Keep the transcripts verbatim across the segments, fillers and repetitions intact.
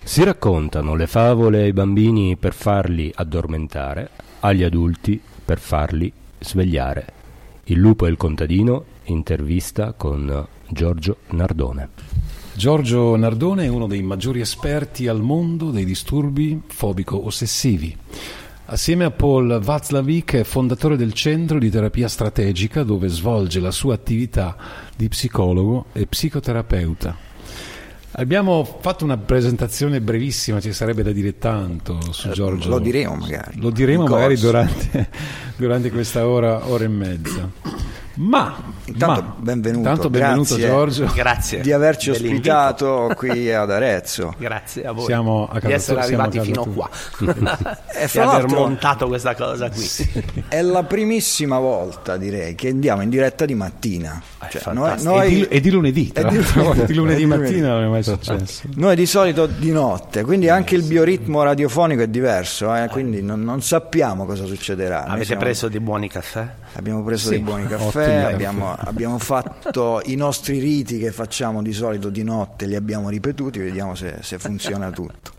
Si raccontano le favole ai bambini per farli addormentare, agli adulti per farli svegliare. Il lupo e il contadino, intervista con Giorgio Nardone. Giorgio Nardone è uno dei maggiori esperti al mondo dei disturbi fobico-ossessivi. Assieme a Paul Václavík è fondatore del Centro di Terapia Strategica, dove svolge la sua attività di psicologo e psicoterapeuta. Abbiamo fatto una presentazione brevissima, ci sarebbe da dire tanto su Giorgio. Lo diremo magari. Lo diremo magari durante, durante questa ora, ora e mezza. Ma intanto ma, benvenuto, intanto benvenuto grazie, Giorgio. Grazie di averci ospitato qui ad Arezzo. Grazie a voi siamo a casa di essere tu, arrivati fino tu. qua e di aver montato questa cosa qui. Sì. È la primissima volta, direi, che andiamo in diretta di mattina. Cioè, noi, noi... E, di, e di lunedì, tra e di, di lunedì mattina non è mai successo. Noi di solito di notte, quindi anche il bioritmo radiofonico è diverso, eh? Quindi non, non sappiamo cosa succederà. Avete siamo... preso dei buoni caffè? Abbiamo preso sì, dei buoni caffè, abbiamo, abbiamo fatto i nostri riti che facciamo di solito di notte, li abbiamo ripetuti, vediamo se, se funziona tutto.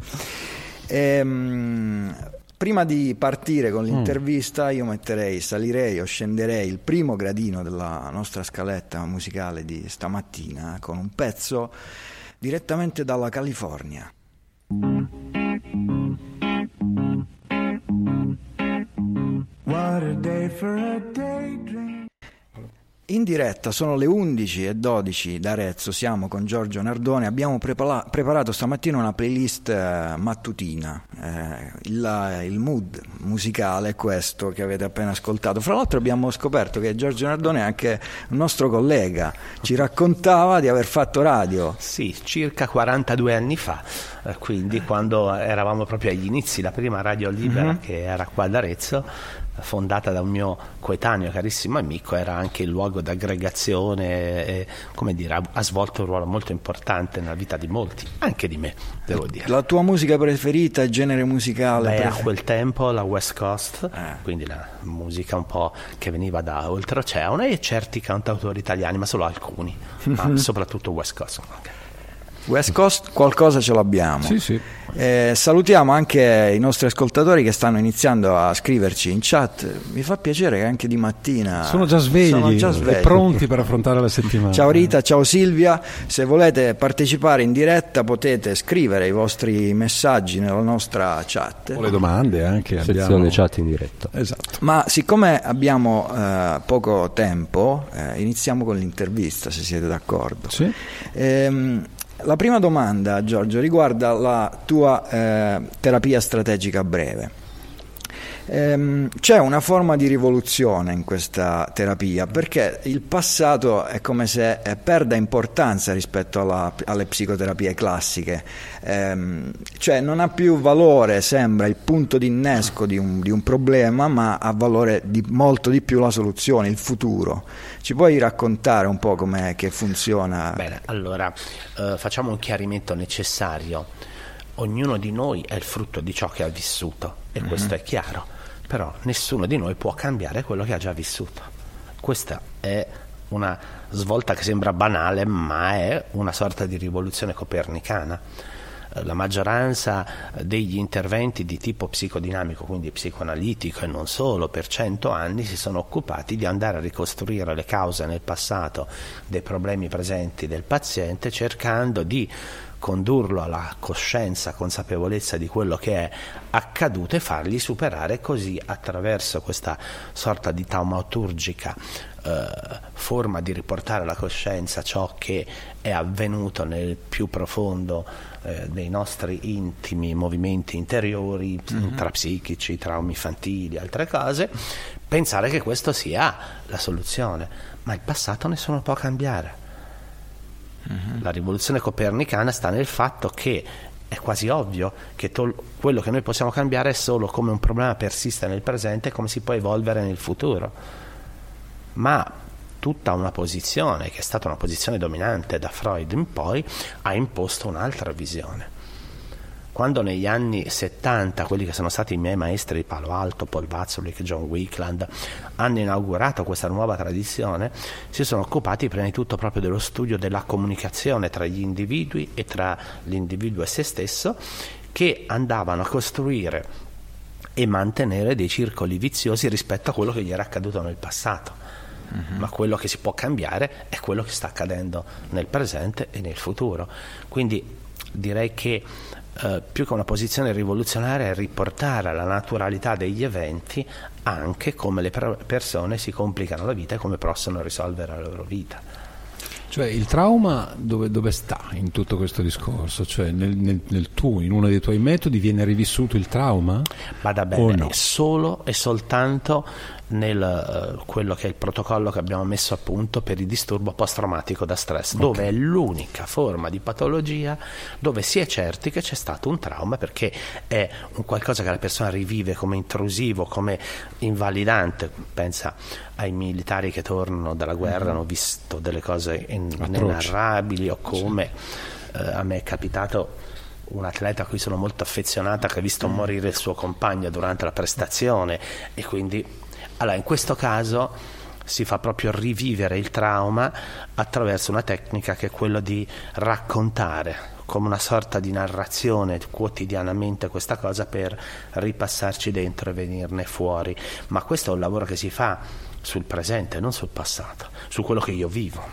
Ehm, prima di partire con l'intervista io metterei, salirei o scenderei il primo gradino della nostra scaletta musicale di stamattina con un pezzo direttamente dalla California. What a day for a daydream. In diretta sono le undici e dodici da Arezzo, siamo con Giorgio Nardone, abbiamo prepara- preparato stamattina una playlist eh, mattutina, eh, il, il mood musicale è questo che avete appena ascoltato. Fra l'altro abbiamo scoperto che Giorgio Nardone è anche un nostro collega, ci raccontava di aver fatto radio. Sì, circa quarantadue anni fa, eh, quindi quando eravamo proprio agli inizi, la prima radio libera mm-hmm. che era qua ad Arezzo, fondata da un mio coetaneo carissimo amico, era anche il luogo d'aggregazione e, come dire, ha, ha svolto un ruolo molto importante nella vita di molti, anche di me, devo dire. La tua musica preferita, il genere musicale? Beh, prefer- a quel tempo la West Coast, eh. quindi la musica un po' che veniva da oltreoceano, e certi cantautori italiani, ma solo alcuni, ma soprattutto West Coast. West Coast qualcosa ce l'abbiamo. Sì, sì. Eh, salutiamo anche i nostri ascoltatori che stanno iniziando a scriverci in chat. Mi fa piacere che anche di mattina sono già svegli, sono già svegli. E pronti per affrontare la settimana. Ciao Rita, ciao Silvia. Se volete partecipare in diretta potete scrivere i vostri messaggi nella nostra chat. O le domande anche. Sezione abbiamo... chat in diretta. Esatto. Ma siccome abbiamo eh, poco tempo, eh, iniziamo con l'intervista, se siete d'accordo. Sì. Ehm, La prima domanda, Giorgio, riguarda la tua eh, terapia strategica breve. Ehm, c'è una forma di rivoluzione in questa terapia, perché il passato è come se eh, perda importanza rispetto alla, alle psicoterapie classiche, ehm, cioè non ha più valore, sembra, il punto di innesco di un, di un problema, ma ha valore di, molto di più la soluzione, il futuro. Ci puoi raccontare un po' com'è che funziona? Bene, allora eh, facciamo un chiarimento necessario. Ognuno di noi è il frutto di ciò che ha vissuto, e mm-hmm. questo è chiaro, però nessuno di noi può cambiare quello che ha già vissuto. Questa è una svolta che sembra banale, ma è una sorta di rivoluzione copernicana. La maggioranza degli interventi di tipo psicodinamico, quindi psicoanalitico e non solo, per cento anni si sono occupati di andare a ricostruire le cause nel passato dei problemi presenti del paziente, cercando di condurlo alla coscienza, consapevolezza di quello che è accaduto e fargli superare, così attraverso questa sorta di taumaturgica eh, forma di riportare alla coscienza ciò che è avvenuto nel più profondo eh, dei nostri intimi movimenti interiori, mm-hmm. intrapsichici, traumi infantili, altre cose, pensare che questo sia la soluzione, ma il passato nessuno può cambiare. La rivoluzione copernicana sta nel fatto che è quasi ovvio che tol- quello che noi possiamo cambiare è solo come un problema persiste nel presente e come si può evolvere nel futuro, ma tutta una posizione che è stata una posizione dominante da Freud in poi ha imposto un'altra visione. quando negli anni settanta quelli che sono stati i miei maestri di Palo Alto, Paul Watzlawick, John Wickland, hanno inaugurato questa nuova tradizione, si sono occupati prima di tutto proprio dello studio della comunicazione tra gli individui e tra l'individuo e se stesso, che andavano a costruire e mantenere dei circoli viziosi rispetto a quello che gli era accaduto nel passato. Uh-huh. Ma quello che si può cambiare è quello che sta accadendo nel presente e nel futuro. Quindi direi che eh, più che una posizione rivoluzionaria è riportare alla naturalità degli eventi anche come le persone si complicano la vita e come possono risolvere la loro vita. Cioè il trauma dove, dove sta in tutto questo discorso? Cioè nel, nel, nel tuo, in uno dei tuoi metodi viene rivissuto il trauma? Vada bene, no? Solo e soltanto nel uh, quello che è il protocollo che abbiamo messo a punto per il disturbo post-traumatico da stress, okay. Dove è l'unica forma di patologia dove si è certi che c'è stato un trauma, perché è un qualcosa che la persona rivive come intrusivo, come invalidante. Pensa ai militari che tornano dalla guerra, mm-hmm. hanno visto delle cose in, inenarrabili, o come sì. uh, a me è capitato un atleta a cui sono molto affezionata che ha visto mm. morire il suo compagno durante la prestazione, e quindi allora in questo caso si fa proprio rivivere il trauma attraverso una tecnica che è quella di raccontare come una sorta di narrazione quotidianamente questa cosa per ripassarci dentro e venirne fuori. Ma questo è un lavoro che si fa sul presente, non sul passato, su quello che io vivo.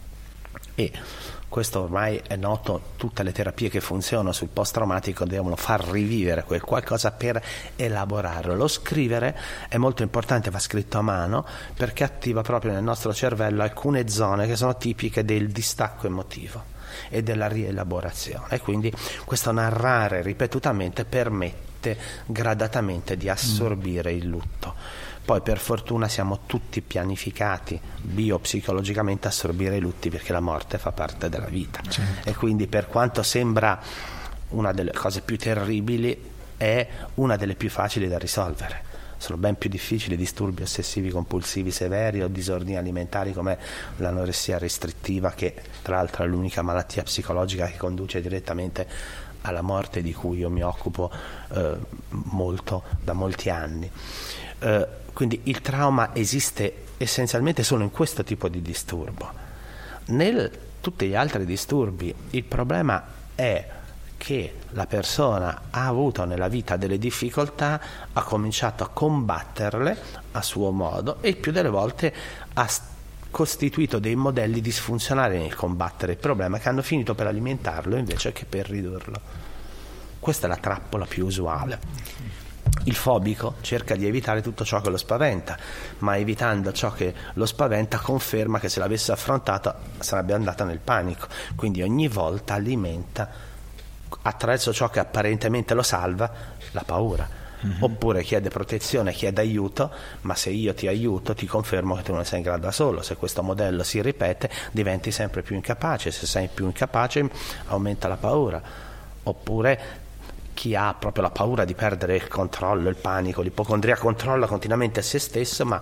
E questo ormai è noto, tutte le terapie che funzionano sul post-traumatico devono far rivivere quel qualcosa per elaborarlo. Lo scrivere è molto importante, va scritto a mano, perché attiva proprio nel nostro cervello alcune zone che sono tipiche del distacco emotivo e della rielaborazione, e quindi questo narrare ripetutamente permette gradatamente di assorbire il lutto. Poi per fortuna siamo tutti pianificati biopsicologicamente a assorbire i lutti, perché la morte fa parte della vita, certo. E quindi per quanto sembra una delle cose più terribili, è una delle più facili da risolvere. Sono ben più difficili disturbi ossessivi compulsivi severi o disordini alimentari come l'anoressia restrittiva, che tra l'altro è l'unica malattia psicologica che conduce direttamente alla morte, di cui io mi occupo eh, molto da molti anni. Eh, quindi il trauma esiste essenzialmente solo in questo tipo di disturbo. Nel tutti gli altri disturbi il problema è che la persona ha avuto nella vita delle difficoltà, ha cominciato a combatterle a suo modo e il più delle volte ha costituito dei modelli disfunzionali nel combattere il problema, che hanno finito per alimentarlo invece che per ridurlo. Questa è la trappola più usuale. Il fobico cerca di evitare tutto ciò che lo spaventa, ma evitando ciò che lo spaventa conferma che se l'avesse affrontata sarebbe andata nel panico, quindi ogni volta alimenta attraverso ciò che apparentemente lo salva la paura. Mm-hmm. Oppure chiede protezione, chiede aiuto, ma se io ti aiuto ti confermo che tu non sei in grado da solo. Se questo modello si ripete diventi sempre più incapace, se sei più incapace aumenta la paura. Oppure chi ha proprio la paura di perdere il controllo, il panico, l'ipocondria controlla continuamente se stesso, ma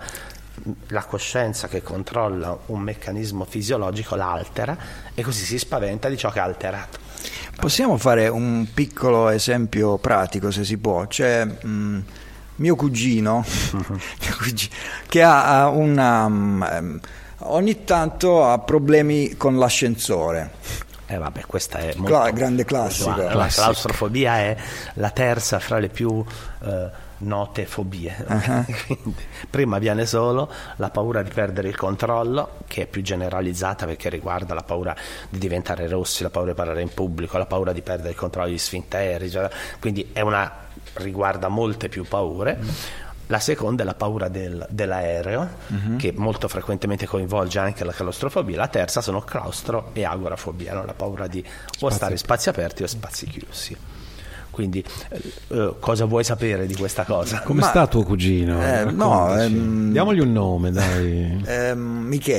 la coscienza che controlla un meccanismo fisiologico l'altera e così si spaventa di ciò che ha alterato. Possiamo fare un piccolo esempio pratico, se si può? C'è mh, mio cugino, mio cugino che ha una um, ogni tanto ha problemi con l'ascensore. Eh vabbè, questa è molto Cla- grande classica. La claustrofobia è la terza fra le più eh, note fobie. Uh-huh. Quindi, prima viene solo la paura di perdere il controllo, che è più generalizzata perché riguarda la paura di diventare rossi, la paura di parlare in pubblico, la paura di perdere il controllo degli sfinteri, cioè, quindi è una riguarda molte più paure. Mm. La seconda è la paura del, dell'aereo, uh-huh. che molto frequentemente coinvolge anche la claustrofobia. La terza sono claustro e agorafobia, no? La paura di o stare in spazi aperti o spazi chiusi. Quindi eh, cosa vuoi sapere di questa cosa? Come sta tuo cugino? Eh, no, ehm, diamogli un nome, dai. Ehm, Michele.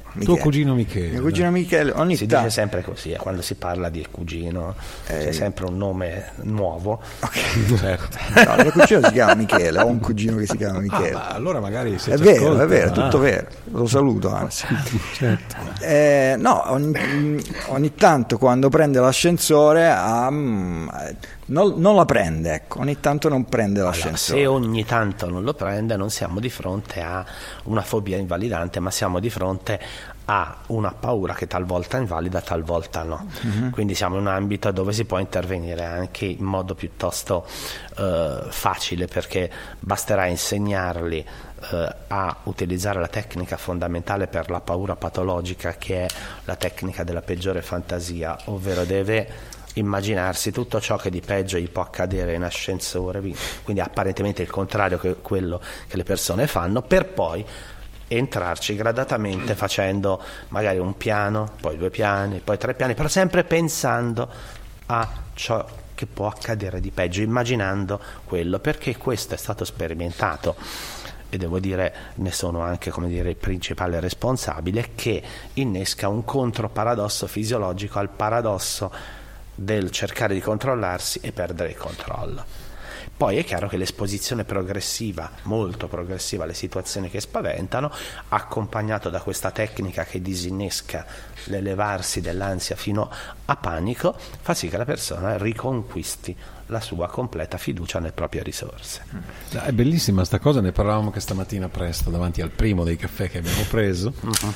Michele. Tuo cugino Michele. Mio cugino Michele, ogni si tanto. dice sempre così, eh, quando si parla di cugino Eh, c'è sempre un nome nuovo. Ok. Certo. No, il mio cugino si chiama Michele, ho un cugino che si chiama Ah, Michele. ma allora magari se È ci vero, ascolta- è vero, è tutto ah, vero, lo saluto anzi. certo. Eh, no, ogni, ogni tanto quando prende l'ascensore ah, mm, eh, non, non la prende, ecco, ogni tanto non prende Allora, l'ascensore. se ogni tanto non lo prende, non siamo di fronte a una fobia invalidante, ma siamo di fronte a una paura che talvolta è invalida, talvolta no. Uh-huh. Quindi siamo in un ambito dove si può intervenire anche in modo piuttosto eh, facile, perché basterà insegnarli eh, a utilizzare la tecnica fondamentale per la paura patologica, che è la tecnica della peggiore fantasia, ovvero deve immaginarsi tutto ciò che di peggio gli può accadere in ascensore, quindi apparentemente il contrario che quello che le persone fanno, per poi entrarci gradatamente facendo magari un piano, poi due piani, poi tre piani, però sempre pensando a ciò che può accadere di peggio, immaginando quello, perché questo è stato sperimentato e devo dire ne sono anche, come dire, il principale responsabile, che innesca un controparadosso fisiologico al paradosso del cercare di controllarsi e perdere il controllo. Poi è chiaro che l'esposizione progressiva, molto progressiva, alle situazioni che spaventano, accompagnato da questa tecnica che disinnesca l'elevarsi dell'ansia fino a panico, fa sì che la persona riconquisti la sua completa fiducia nelle proprie risorse. È bellissima sta cosa, ne parlavamo anche stamattina presto davanti al primo dei caffè che abbiamo preso. Uh-huh.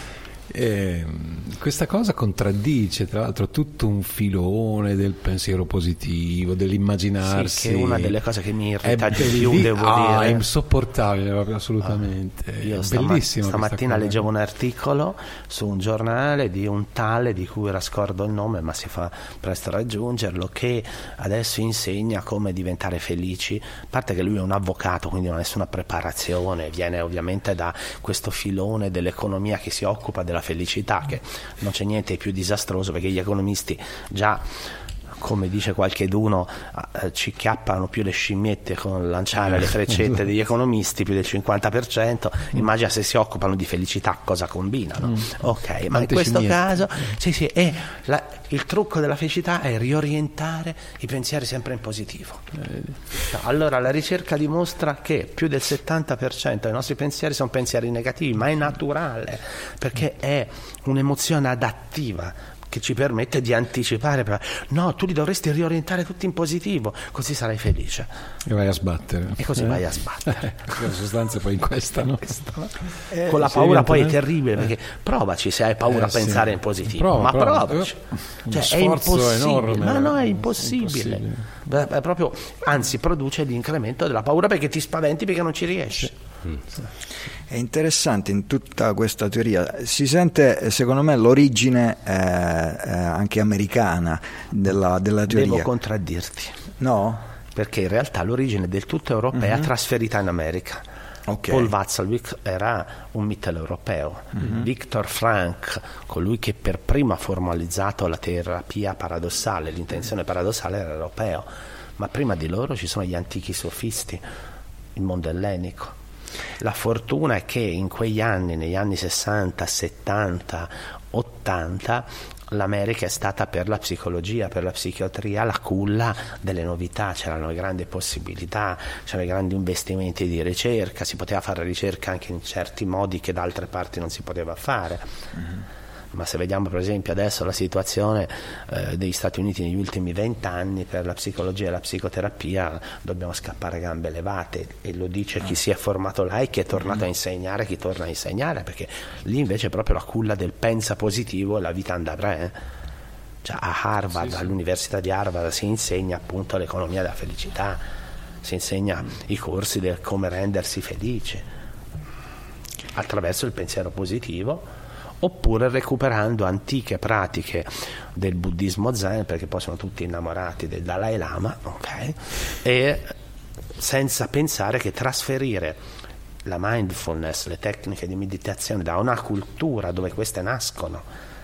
E questa cosa contraddice tra l'altro tutto un filone del pensiero positivo, dell'immaginarsi. Sì, che è una delle cose che mi irrita di belli- più, devo ah, dire. È insopportabile proprio, assolutamente. Ah, io È stama- bellissimo stamattina leggevo un articolo su un giornale di un tale di cui ora scordo il nome, ma si fa presto a raggiungerlo, che adesso insegna come diventare felici. A parte che lui è un avvocato, quindi non ha nessuna preparazione, viene ovviamente da questo filone dell'economia che si occupa della felicità, che non c'è niente di più disastroso, perché gli economisti già, come dice qualcheduno, eh, ci chiappano più le scimmiette con lanciare le freccette degli economisti, più del cinquanta per cento. Immagina se si occupano di felicità cosa combinano. Mm. Ok, ma Quante in questo scimmiette. caso sì, sì, è la, il trucco della felicità è riorientare i pensieri sempre in positivo. Allora la ricerca dimostra che più del settanta per cento dei nostri pensieri sono pensieri negativi, ma è naturale, perché è un'emozione adattiva che ci permette di anticipare. No, tu li dovresti riorientare tutti in positivo, così sarai felice. E vai a sbattere. E così eh? vai a sbattere. La sostanza poi in questa, no? Eh, Con la sì, paura poi è eh. terribile, perché provaci se hai paura Eh, a pensare sì. in positivo, Prova, ma prova. provaci. Un Cioè, è sforzo impossibile. enorme. No, no, è impossibile. Impossibile. Beh, è proprio, anzi, produce l'incremento della paura, perché ti spaventi, perché non ci riesci. Mm. È interessante in tutta questa teoria, si sente secondo me l'origine eh, eh, anche americana della, della teoria. Devo contraddirti, No? perché in realtà l'origine è del tutto europea, Mhm. trasferita in America. Ok. Paul Watzlawick era un mitteleuropeo. Mhm. Viktor Frankl, colui che per primo ha formalizzato la terapia paradossale, l'intenzione paradossale, era europeo, ma prima di loro ci sono gli antichi sofisti, il mondo ellenico. La fortuna è che in quegli anni, negli anni sessanta, settanta, ottanta, l'America è stata per la psicologia, per la psichiatria, la culla delle novità. C'erano le grandi possibilità, c'erano i grandi investimenti di ricerca, si poteva fare ricerca anche in certi modi che da altre parti non si poteva fare. Mm-hmm. Ma se vediamo per esempio adesso la situazione eh, degli Stati Uniti negli ultimi vent'anni, per la psicologia e la psicoterapia dobbiamo scappare a gambe levate, e lo dice chi si è formato là e chi è tornato a insegnare, chi torna a insegnare, perché lì invece è proprio la culla del pensa positivo e la vita andrà. Eh? Cioè, a Harvard, sì, sì. all'università di Harvard si insegna appunto l'economia della felicità, si insegna mm. i corsi del come rendersi felici attraverso il pensiero positivo, oppure recuperando antiche pratiche del buddismo zen, perché poi sono tutti innamorati del Dalai Lama, okay? E senza pensare che trasferire la mindfulness, le tecniche di meditazione da una cultura dove queste nascono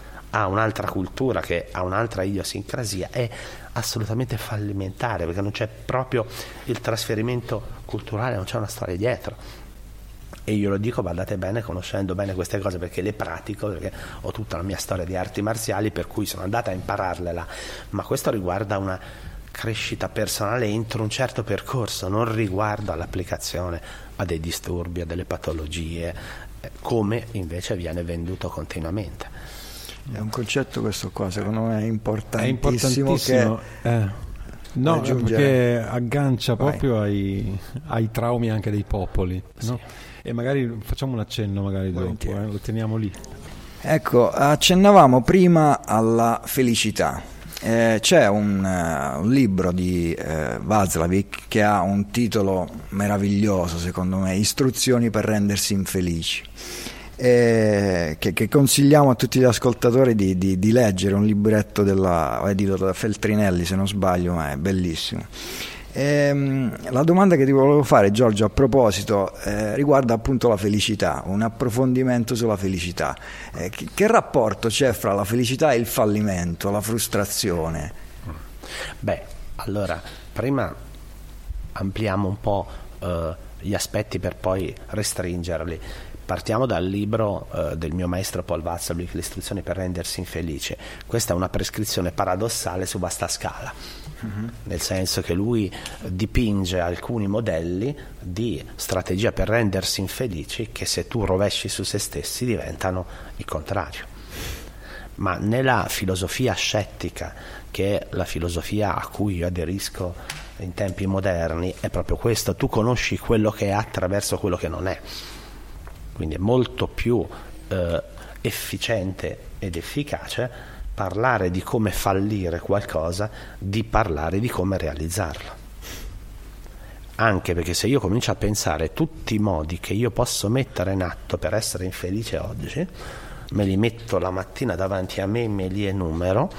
a un'altra cultura che ha un'altra idiosincrasia è assolutamente fallimentare, perché non c'è proprio il trasferimento culturale, non c'è una storia dietro. E io lo dico, guardate bene, conoscendo bene queste cose, perché le pratico, perché ho tutta la mia storia di arti marziali, per cui sono andata a impararle, ma questo riguarda una crescita personale entro un certo percorso, non riguarda l'applicazione a dei disturbi, a delle patologie, come invece viene venduto continuamente. È un concetto questo qua, secondo me è importantissimo. È importantissimo. Che eh. No, aggiungere. Perché aggancia proprio ai, ai traumi anche dei popoli, no? Sì. E magari facciamo un accenno magari dopo, eh? Lo teniamo lì. Ecco, accennavamo prima alla felicità. Eh, c'è un, uh, un libro di uh, Václavic che ha un titolo meraviglioso, secondo me, Istruzioni per rendersi infelici, eh, che, che consigliamo a tutti gli ascoltatori di, di, di leggere, un libretto della, edito da Feltrinelli se non sbaglio, ma è bellissimo. Ehm, la domanda che ti volevo fare, Giorgio, a proposito, eh, riguarda appunto la felicità, un approfondimento sulla felicità. Eh, che, che rapporto c'è fra la felicità e il fallimento, la frustrazione? Beh, allora, prima ampliamo un po' eh, gli aspetti per poi restringerli. Partiamo dal libro eh, del mio maestro Paul Václavic, Le istruzioni per rendersi infelice. Questa è una prescrizione paradossale su vasta scala, uh-huh. nel senso che lui dipinge alcuni modelli di strategia per rendersi infelici che, se tu rovesci su se stessi, diventano il contrario. Ma nella filosofia scettica, che è la filosofia a cui io aderisco in tempi moderni, è proprio questo: tu conosci quello che è attraverso quello che non è. Quindi è molto più eh, efficiente ed efficace parlare di come fallire qualcosa di parlare di come realizzarlo. Anche perché se io comincio a pensare tutti i modi che io posso mettere in atto per essere infelice oggi, me li metto la mattina davanti a me, me li enumero,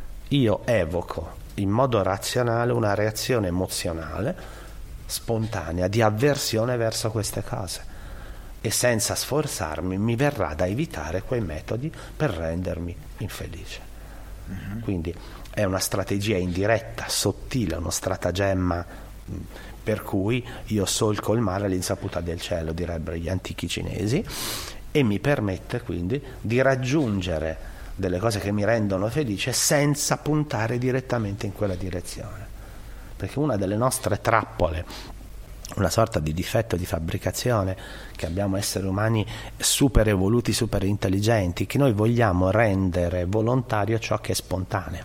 io evoco in modo razionale una reazione emozionale spontanea di avversione verso queste cose. E senza sforzarmi mi verrà da evitare quei metodi per rendermi infelice. Uh-huh. Quindi è una strategia indiretta, sottile, uno stratagemma mh, per cui io solco il mare all'insaputa del cielo, direbbero gli antichi cinesi, e mi permette quindi di raggiungere delle cose che mi rendono felice senza puntare direttamente in quella direzione. Perché una delle nostre trappole, una sorta di difetto di fabbricazione che abbiamo esseri umani super evoluti, super intelligenti, che noi vogliamo rendere volontario ciò che è spontaneo.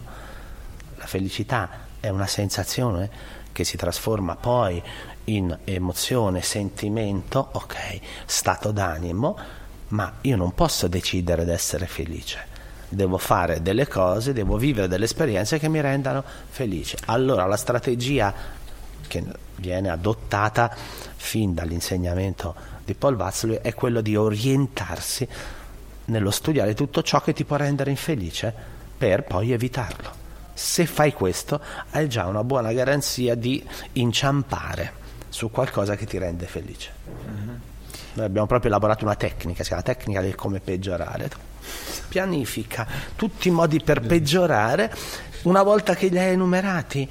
La felicità è una sensazione che si trasforma poi in emozione, sentimento, ok, stato d'animo, ma io non posso decidere di essere felice. Devo fare delle cose, devo vivere delle esperienze che mi rendano felice. Allora la strategia che viene adottata fin dall'insegnamento di Paul Václavic è quello di orientarsi nello studiare tutto ciò che ti può rendere infelice per poi evitarlo. Se fai questo hai già una buona garanzia di inciampare su qualcosa che ti rende felice. Mm-hmm. Noi abbiamo proprio elaborato una tecnica, si chiama tecnica del come peggiorare. Pianifica tutti i modi per peggiorare, una volta che li hai enumerati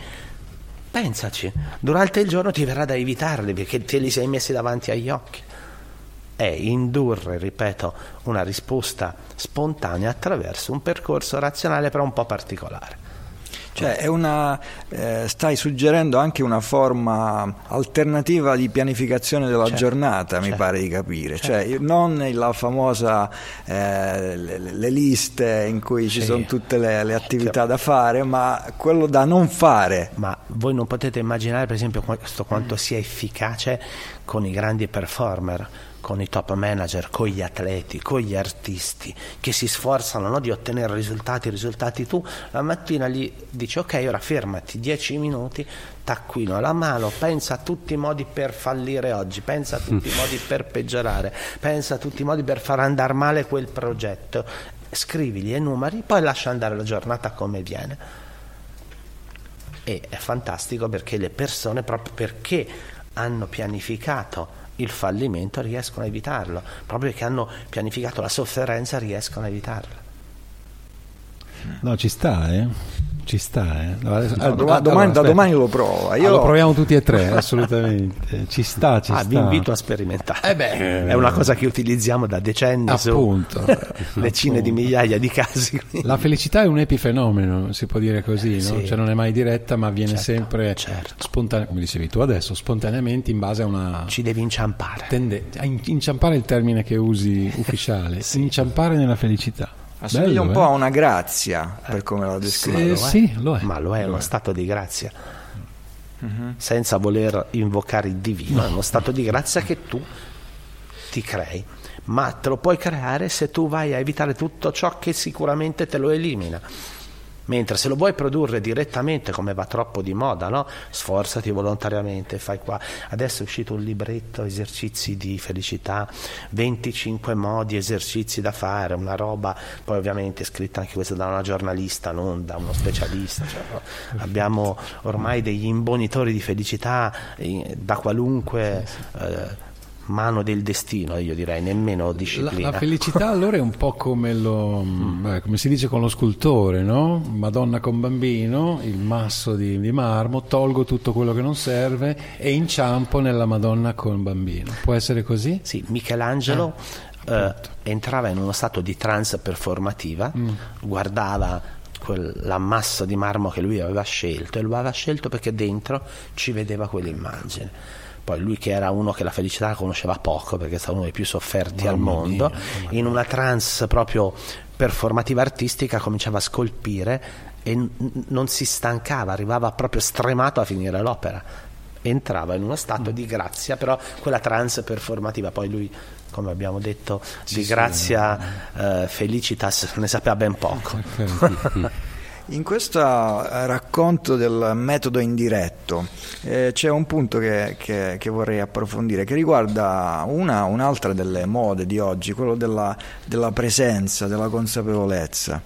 pensaci, durante il giorno ti verrà da evitarli perché te li sei messi davanti agli occhi. È indurre, ripeto, una risposta spontanea attraverso un percorso razionale però un po' particolare. Cioè è una eh, stai suggerendo anche una forma alternativa di pianificazione della certo, giornata, certo, mi pare di capire, certo. Cioè non la famosa eh, le, le liste in cui ci sì. sono tutte le, le attività certo. da fare, ma quello da non fare. Ma voi non potete immaginare, per esempio, questo quanto sia efficace con i grandi performer, con i top manager, con gli atleti, con gli artisti che si sforzano, no, di ottenere risultati, risultati. Tu la mattina gli dici ok, ora fermati dieci minuti, taccuino alla mano, pensa a tutti i modi per fallire oggi, pensa a tutti i modi per peggiorare, pensa a tutti i modi per far andare male quel progetto, scrivili e numeri, poi lascia andare la giornata come viene. E è fantastico perché le persone, proprio perché hanno pianificato il fallimento, riescono a evitarlo, proprio perché hanno pianificato la sofferenza riescono a evitarla. No, ci sta, eh? ci sta, eh? No, Adesso, no, dom- domani, da domani lo provo. Io ah, lo proviamo tutti e tre, assolutamente. Ci sta, ci ah, sta. Vi invito a sperimentare. Eh beh, è una cosa che utilizziamo da decenni appunto, su decine di migliaia di casi. La felicità è un epifenomeno, si può dire così, eh, no? Sì. Cioè non è mai diretta, ma avviene certo, sempre certo. spontanea, come dicevi tu adesso, spontaneamente in base a una Ci devi inciampare. tende- a in- inciampare è il termine che usi ufficiale, Sì. inciampare nella felicità. Assomiglia Bello, un eh? po' a una grazia, per come la descrivo. Eh, lo è. sì, lo è. Ma lo è, Lo uno è. stato di grazia. Mhm. Senza voler invocare il divino, è uno stato di grazia che tu ti crei. Ma te lo puoi creare se tu vai a evitare tutto ciò che sicuramente te lo elimina. Mentre se lo vuoi produrre direttamente, come va troppo di moda, no? Sforzati volontariamente, fai qua. Adesso è uscito un libretto, esercizi di felicità, venticinque modi, esercizi da fare, una roba, poi ovviamente scritta anche questa da una giornalista, non da uno specialista. Cioè, abbiamo ormai degli imbonitori di felicità eh, da qualunque eh, mano del destino, io direi, nemmeno disciplina. La, la felicità allora è un po' come lo beh, come si dice con lo scultore, no? Madonna con bambino, il masso di, di marmo, tolgo tutto quello che non serve e inciampo nella Madonna con bambino. Può essere così? Sì, Michelangelo Ah, eh, entrava in uno stato di trance performativa, Mm. guardava quell'ammasso di marmo che lui aveva scelto e lo aveva scelto perché dentro ci vedeva quell'immagine. Poi lui, che era uno che la felicità la conosceva poco perché è stato uno dei più sofferti Mamma al mondo, mia, in una trance proprio performativa artistica cominciava a scolpire e n- non si stancava, arrivava proprio stremato a finire l'opera. Entrava in uno stato di grazia, però quella trance performativa. Poi lui, come abbiamo detto, Sì, di sì, grazia eh, felicitas ne sapeva ben poco. In questo eh, racconto del metodo indiretto eh, c'è un punto che, che, che vorrei approfondire, che riguarda una, un'altra delle mode di oggi, quello della, della presenza, della consapevolezza.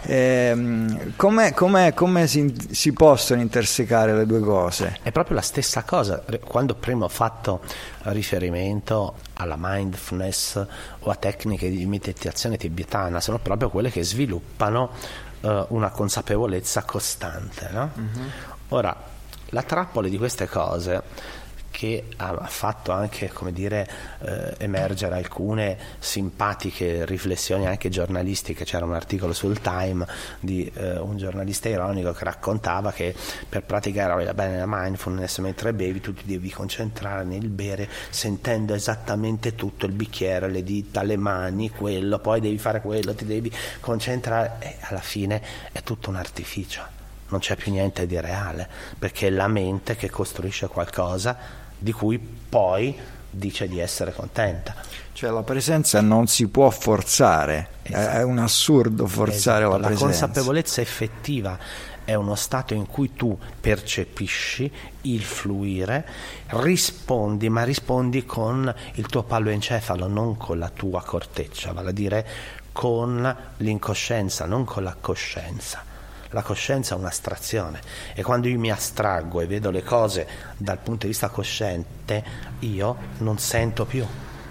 Eh, com'è, com'è, come si, si possono intersecare le due cose? È proprio la stessa cosa. Quando prima ho fatto riferimento alla mindfulness o a tecniche di meditazione tibetana, sono proprio quelle che sviluppano uh, una consapevolezza costante, no? Mm-hmm. Ora, la trappola di queste cose, che ha fatto anche, come dire, eh, emergere alcune simpatiche riflessioni anche giornalistiche. C'era un articolo sul Time di eh, un giornalista ironico che raccontava che per praticare la bene la mindfulness mentre bevi tu ti devi concentrare nel bere sentendo esattamente tutto, il bicchiere, le dita, le mani, quello, poi devi fare quello, ti devi concentrare e alla fine è tutto un artificio, non c'è più niente di reale, perché è la mente che costruisce qualcosa di cui poi dice di essere contenta. Cioè la presenza non si può forzare, esatto. È un assurdo forzare esatto. la presenza. La consapevolezza effettiva è uno stato in cui tu percepisci il fluire, rispondi, ma rispondi con il tuo palloencefalo, non con la tua corteccia, vale a dire con l'incoscienza, non con la coscienza. La coscienza è un'astrazione e quando io mi astraggo e vedo le cose dal punto di vista cosciente, io non sento più.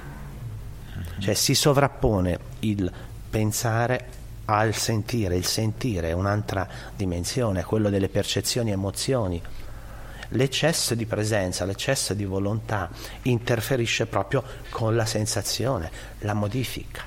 Cioè si sovrappone il pensare al sentire, il sentire è un'altra dimensione, quello delle percezioni e emozioni. L'eccesso di presenza, l'eccesso di volontà interferisce proprio con la sensazione, la modifica.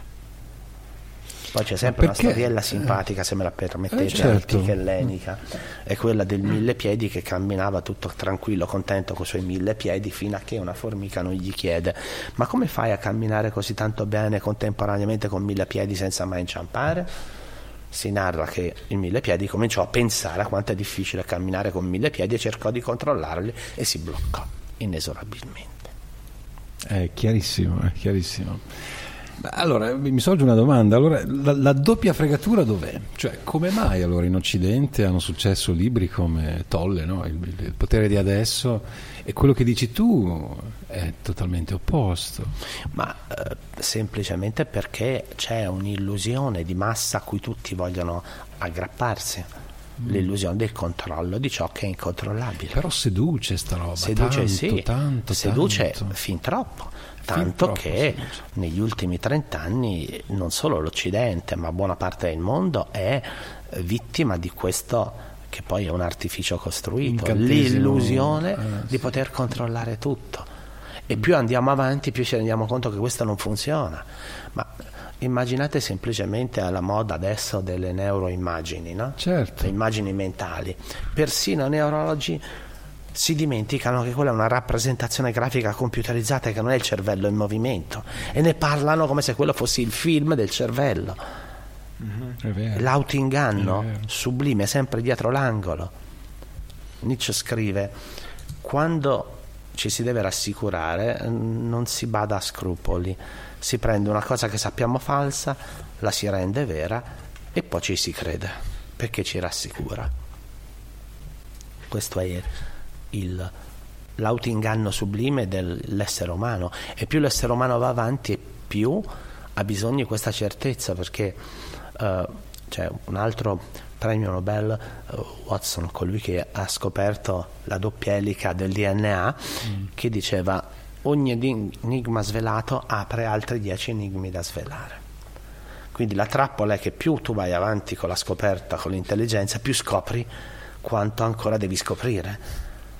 Poi c'è sempre una storiella simpatica, se me la permettete, eh, certo. antica ellenica, è quella del mille piedi che camminava tutto tranquillo, contento con i suoi mille piedi, fino a che una formica non gli chiede: ma come fai a camminare così tanto bene contemporaneamente con mille piedi senza mai inciampare? Si narra che il mille piedi cominciò a pensare a quanto è difficile camminare con mille piedi e cercò di controllarli e si bloccò inesorabilmente. È chiarissimo, è chiarissimo. Allora, mi sorge una domanda. Allora, la, la doppia fregatura dov'è? Cioè, come mai allora in Occidente hanno successo libri come Tolle, no? il, il potere di adesso, e quello che dici tu è totalmente opposto? Ma eh, semplicemente perché c'è un'illusione di massa a cui tutti vogliono aggrapparsi. Mm. L'illusione del controllo di ciò che è incontrollabile. Però seduce sta roba, seduce, tanto, sì, tanto, seduce tanto. fin troppo. Tanto troppo, che seduce. Negli ultimi trent'anni non solo l'Occidente ma buona parte del mondo è vittima di questo che poi è un artificio costruito, Incantesimo. l'illusione eh, di sì. poter controllare tutto. E più andiamo avanti, più ci rendiamo conto che questo non funziona. Ma immaginate semplicemente alla moda adesso delle neuroimmagini, no? Certo. Le immagini mentali. Persino i neurologi si dimenticano che quella è una rappresentazione grafica computerizzata, che non è il cervello in movimento, e ne parlano come se quello fosse il film del cervello. È vero. L'autoinganno È vero. sublime, sempre dietro l'angolo. Nietzsche scrive: quando ci si deve rassicurare non si bada a scrupoli, si prende una cosa che sappiamo falsa, la si rende vera e poi ci si crede perché ci rassicura. Questo è il, l'autoinganno sublime dell'essere umano, e più l'essere umano va avanti e più ha bisogno di questa certezza, perché uh, c'è un altro premio Nobel, uh, Watson, colui che ha scoperto la doppia elica del D N A, mm. che diceva: ogni enigma svelato apre altri dieci enigmi da svelare. Quindi la trappola è che più tu vai avanti con la scoperta, con l'intelligenza, più scopri quanto ancora devi scoprire,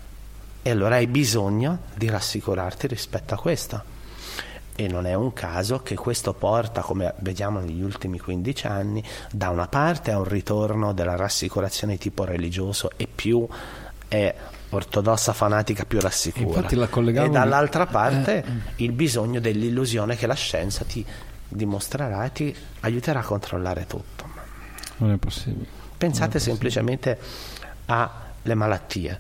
e allora hai bisogno di rassicurarti rispetto a questo. E non è un caso che questo porta, come vediamo negli ultimi quindici anni, da una parte a un ritorno della rassicurazione di tipo religioso, e più è ortodossa fanatica più rassicura, Infatti la collegavo e dall'altra di... parte eh. il bisogno dell'illusione che la scienza ti dimostrerà e ti aiuterà a controllare tutto. Non è possibile. Pensate Non è semplicemente alle malattie.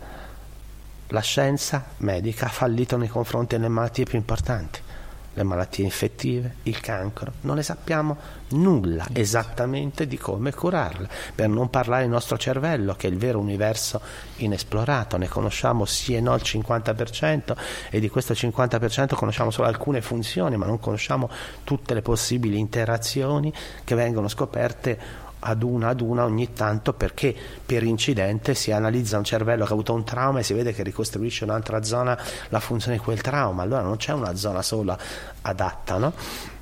La scienza medica ha fallito nei confronti delle malattie più importanti, le malattie infettive, il cancro. Non ne sappiamo nulla esattamente di come curarle, per non parlare del nostro cervello, che è il vero universo inesplorato. Ne conosciamo sì e no il cinquanta per cento, e di questo cinquanta per cento conosciamo solo alcune funzioni, ma non conosciamo tutte le possibili interazioni che vengono scoperte ad una ad una ogni tanto, perché per incidente si analizza un cervello che ha avuto un trauma e si vede che ricostruisce un'altra zona la funzione di quel trauma. Allora non c'è una zona sola adatta, no?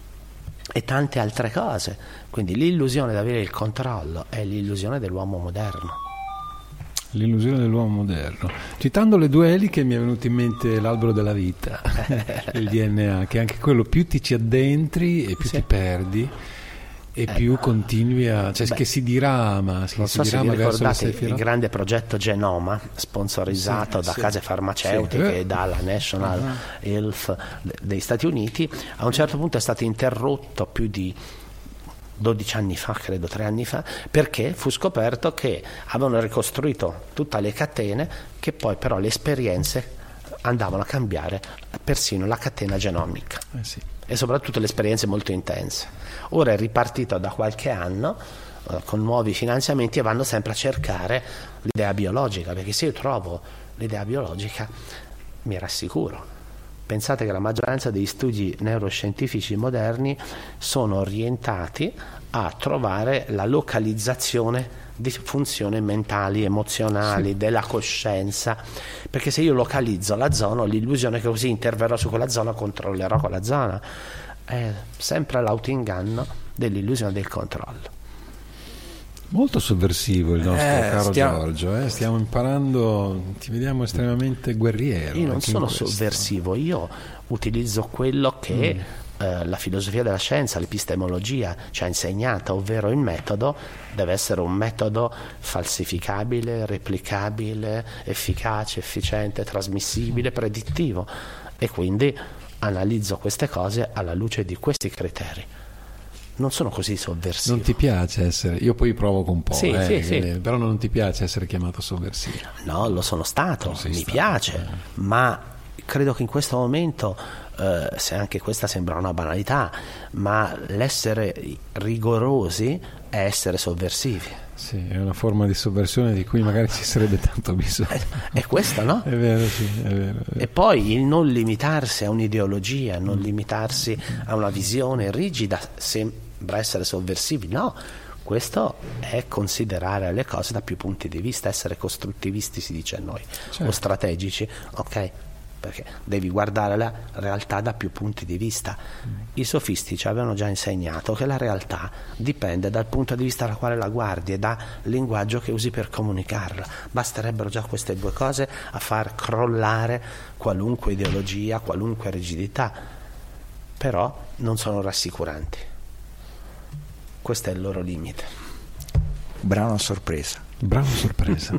E tante altre cose. Quindi l'illusione di avere il controllo è l'illusione dell'uomo moderno. L'illusione dell'uomo moderno. Citando le due eliche mi è venuto in mente l'albero della vita, il D N A, che anche quello più ti ci addentri e più sì. ti perdi, e Eh, più continui a, cioè beh, che si dirama, si, non si so se vi dirama verso le ricordate il sefirot. grande progetto Genoma, sponsorizzato Sì, da sì. case farmaceutiche Sì. e dalla National Uh-huh. Health de- dei Stati Uniti. A un certo punto è stato interrotto più di dodici anni fa, credo tre anni fa, perché fu scoperto che avevano ricostruito tutte le catene, che poi però le esperienze andavano a cambiare persino la catena genomica. Eh sì. E soprattutto le esperienze molto intense. Ora è ripartito da qualche anno eh, con nuovi finanziamenti, e vanno sempre a cercare l'idea biologica, perché se io trovo l'idea biologica mi rassicuro. Pensate che la maggioranza degli studi neuroscientifici moderni sono orientati a trovare la localizzazione di funzioni mentali, emozionali, sì. della coscienza, perché se io localizzo la zona ho l'illusione che così interverrò su quella zona, controllerò quella zona. È sempre l'autoinganno dell'illusione del controllo. Molto sovversivo il nostro Eh, caro stiamo- Giorgio, eh? Stiamo imparando, ti vediamo estremamente guerriero. Io non anche in sono questo. sovversivo, io utilizzo quello che Mm. eh, la filosofia della scienza, l'epistemologia ci ha insegnato, ovvero il metodo deve essere un metodo falsificabile, replicabile, efficace, efficiente, trasmissibile, predittivo, e quindi analizzo queste cose alla luce di questi criteri. Non sono così sovversivo. Non ti piace essere, io poi provoco un po', Sì, eh, sì, sì. eh, però non ti piace essere chiamato sovversivo. No, lo sono stato, Lo sei mi stato, piace, eh. ma credo che in questo momento, eh, se anche questa sembra una banalità, ma l'essere rigorosi è essere sovversivi. Sì, è una forma di sovversione di cui magari ci sarebbe tanto bisogno. È questo, no? È vero, sì, è vero. È vero. E poi il non limitarsi a un'ideologia, non limitarsi a una visione rigida sembra essere sovversivi. No, questo è considerare le cose da più punti di vista, essere costruttivisti si dice a noi, Certo. o strategici, ok? perché devi guardare la realtà da più punti di vista. I sofisti ci avevano già insegnato che la realtà dipende dal punto di vista dal quale la guardi e dal linguaggio che usi per comunicarla. Basterebbero già queste due cose a far crollare qualunque ideologia, qualunque rigidità, però non sono rassicuranti. Questo è il loro limite. Brano a sorpresa. Bravo sorpresa.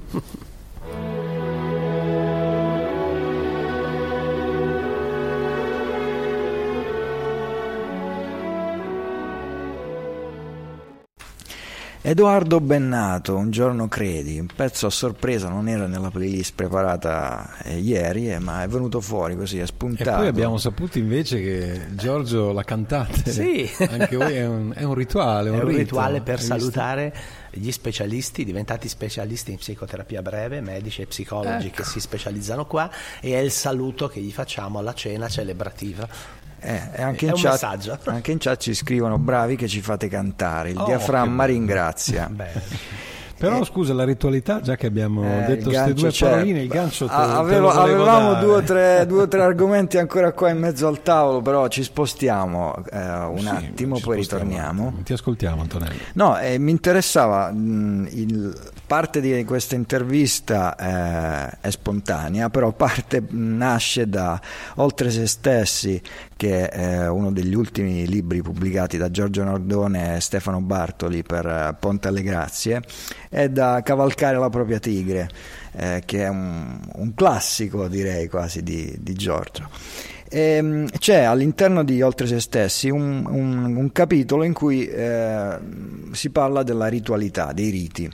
Edoardo Bennato, Un giorno credi, un pezzo a sorpresa, non era nella playlist preparata eh, ieri, eh, ma è venuto fuori così, è spuntato. E poi abbiamo saputo invece che Giorgio la cantate. Sì. Anche voi è un, è un rituale, un, è un rito, rituale per hai salutare visto? Gli specialisti, diventati specialisti in psicoterapia breve, medici e psicologi ecco. che si specializzano qua, e è il saluto che gli facciamo alla cena celebrativa. Eh, e anche, è in un chat, messaggio. Anche in chat ci scrivono: bravi che ci fate cantare, il Oh, diaframma ringrazia. Beh. Però Eh, scusa, la ritualità, già che abbiamo Eh, detto il queste due gancio paroline, c'è. il gancio te, A- te avevo- lo volevo avevamo dare. due o tre, due o tre argomenti ancora qua in mezzo al tavolo, però ci spostiamo eh, un Sì, attimo, ci poi spostiamo. ritorniamo. Ti ascoltiamo, Antonello. No, eh, mi interessava, mh, il, parte di questa intervista eh, è spontanea, però parte mh, nasce da Oltre se stessi, che è uno degli ultimi libri pubblicati da Giorgio Nardone e Stefano Bartoli per eh, Ponte alle Grazie, è da Cavalcare la propria tigre, eh, che è un, un classico, direi quasi, di, di Giorgio. E, c'è all'interno di Oltre se stessi un, un, un capitolo in cui eh, si parla della ritualità, dei riti.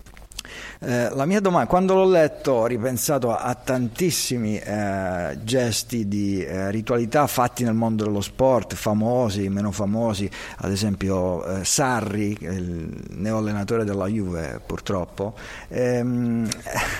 Eh, la mia domanda, quando l'ho letto, ho ripensato a, a tantissimi eh, gesti di eh, ritualità fatti nel mondo dello sport, famosi, meno famosi, ad esempio eh, Sarri, il neoallenatore della Juve purtroppo, ehm,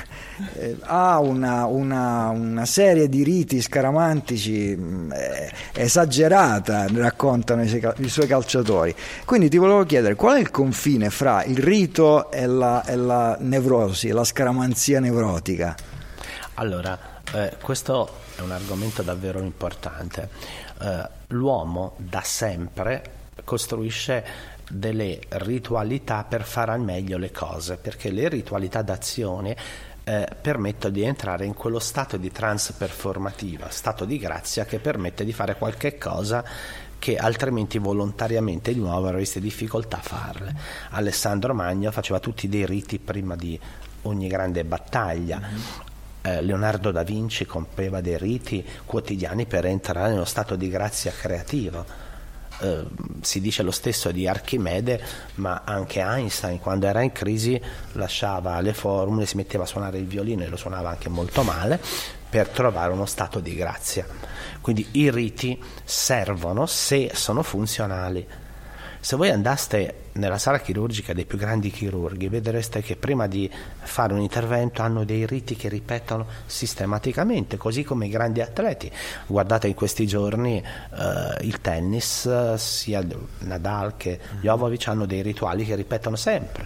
eh, ha una, una, una serie di riti scaramantici eh, esagerata, raccontano i, suoi, i suoi calciatori. Quindi ti volevo chiedere, qual è il confine fra il rito e la, e la nevrosi, la scaramanzia nevrotica? Allora, eh, questo è un argomento davvero importante. Eh, l'uomo da sempre costruisce delle ritualità per fare al meglio le cose, perché le ritualità d'azione Eh, permettono di entrare in quello stato di trance performativa, stato di grazia che permette di fare qualche cosa che altrimenti volontariamente di nuovo avreste difficoltà a farle. Alessandro Magno faceva tutti dei riti prima di ogni grande battaglia. Mm-hmm. eh, Leonardo da Vinci compieva dei riti quotidiani per entrare nello stato di grazia creativo. Uh, si dice lo stesso di Archimede, ma anche Einstein, quando era in crisi, lasciava le formule, si metteva a suonare il violino, e lo suonava anche molto male, per trovare uno stato di grazia. Quindi i riti servono se sono funzionali. Se voi andaste nella sala chirurgica dei più grandi chirurghi, vedreste che prima di fare un intervento hanno dei riti che ripetono sistematicamente, così come i grandi atleti. Guardate in questi giorni eh, il tennis, sia Nadal che Jovovic hanno dei rituali che ripetono sempre.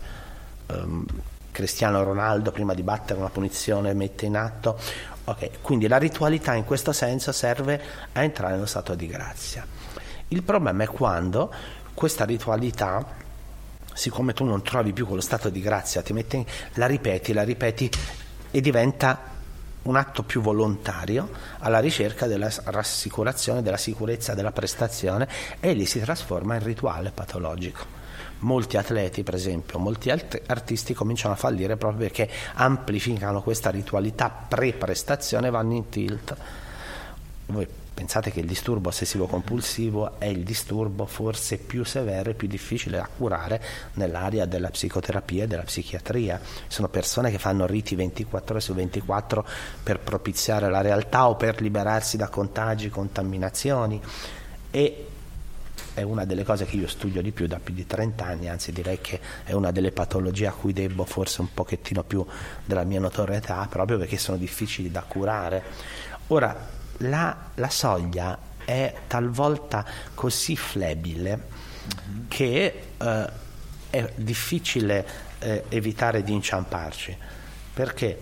Um, Cristiano Ronaldo prima di battere una punizione mette in atto. Okay, quindi la ritualità in questo senso serve a entrare nello stato di grazia. Il problema è quando questa ritualità, siccome tu non trovi più quello stato di grazia, ti metti, la ripeti, la ripeti e diventa un atto più volontario alla ricerca della rassicurazione, della sicurezza, della prestazione, e lì si trasforma in rituale patologico. Molti atleti, per esempio, molti alt- artisti cominciano a fallire proprio perché amplificano questa ritualità pre-prestazione e vanno in tilt. Voi pensate che il disturbo ossessivo compulsivo è il disturbo forse più severo e più difficile da curare nell'area della psicoterapia e della psichiatria. Sono persone che fanno riti ventiquattro ore su ventiquattro per propiziare la realtà o per liberarsi da contagi, contaminazioni, e è una delle cose che io studio di più da più di trenta anni, anzi direi che è una delle patologie a cui debbo forse un pochettino più della mia notorietà, proprio perché sono difficili da curare. Ora, La, la soglia è talvolta così flebile mm-hmm. che eh, è difficile eh, evitare di inciamparci, perché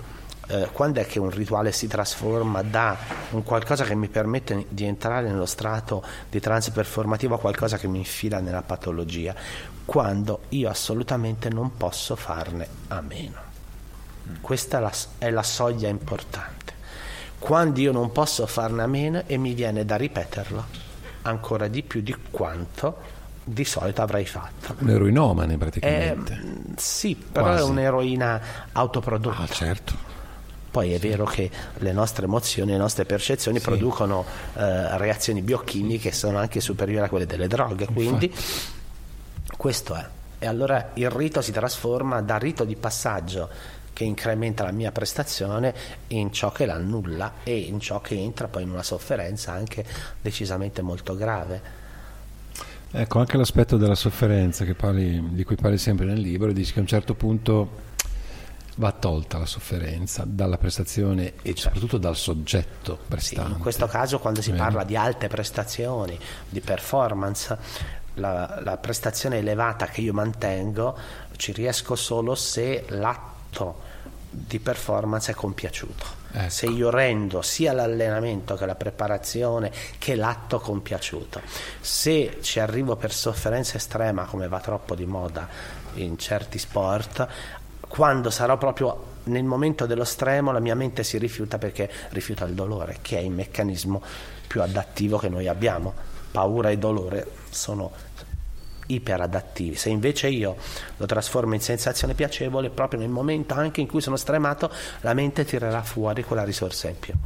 eh, quando è che un rituale si trasforma da un qualcosa che mi permette di entrare nello strato di trance performativo a qualcosa che mi infila nella patologia? Quando io assolutamente non posso farne a meno. Questa è la, è la soglia importante. Quando io non posso farne a meno e mi viene da ripeterlo ancora di più di quanto di solito avrei fatto. Un eroinomane praticamente. Eh, sì, però Quasi. È un'eroina autoprodotta. Ah, certo. Poi è vero che le nostre emozioni, le nostre percezioni sì. producono eh, reazioni biochimiche che sono anche superiori a quelle delle droghe, quindi infatti. Questo è. E allora il rito si trasforma da rito di passaggio che incrementa la mia prestazione in ciò che l'annulla e in ciò che entra poi in una sofferenza anche decisamente molto grave. Ecco, anche l'aspetto della sofferenza che parli, di cui parli sempre nel libro, dici che a un certo punto va tolta la sofferenza dalla prestazione e certo. soprattutto dal soggetto prestante. Sì, in questo caso quando si Bene. parla di alte prestazioni, di performance, la, la prestazione elevata che io mantengo ci riesco solo se l'atto di performance è compiaciuto. Ecco. Se io rendo sia l'allenamento che la preparazione che l'atto compiaciuto, se ci arrivo per sofferenza estrema come va troppo di moda in certi sport, quando sarò proprio nel momento dello stremo la mia mente si rifiuta perché rifiuta il dolore, che è il meccanismo più adattivo che noi abbiamo. Paura e dolore sono iperadattivi. Se invece io lo trasformo in sensazione piacevole, proprio nel momento anche in cui sono stremato, la mente tirerà fuori quella risorsa in più.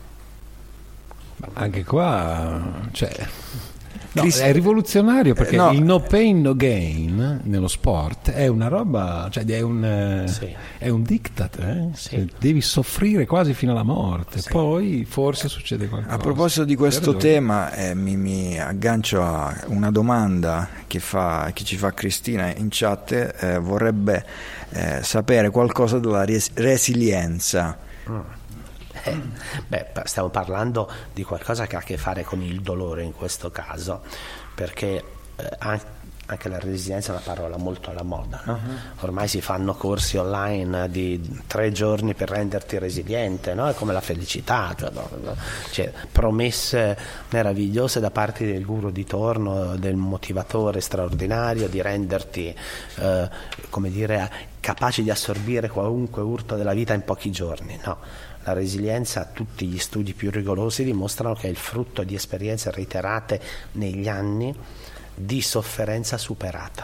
Anche qua, cioè, no, è rivoluzionario perché no. il no pain no gain nello sport è una roba, cioè è un, sì. è un diktat, eh? Sì. Cioè, devi soffrire quasi fino alla morte, sì. poi forse succede qualcosa. A proposito di questo tema, eh, mi, mi aggancio a una domanda che, fa, che ci fa Cristina in chat, eh, vorrebbe eh, sapere qualcosa della res- resilienza. Mm. Eh, beh, stiamo parlando di qualcosa che ha a che fare con il dolore in questo caso, perché eh, anche la resilienza è una parola molto alla moda, no? Uh-huh. Ormai si fanno corsi online di tre giorni per renderti resiliente, no? È come la felicità, no? Cioè, promesse meravigliose da parte del guru di torno, del motivatore straordinario di renderti eh, come dire, capaci di assorbire qualunque urto della vita in pochi giorni, no? La resilienza, tutti gli studi più rigorosi dimostrano che è il frutto di esperienze reiterate negli anni di sofferenza superata,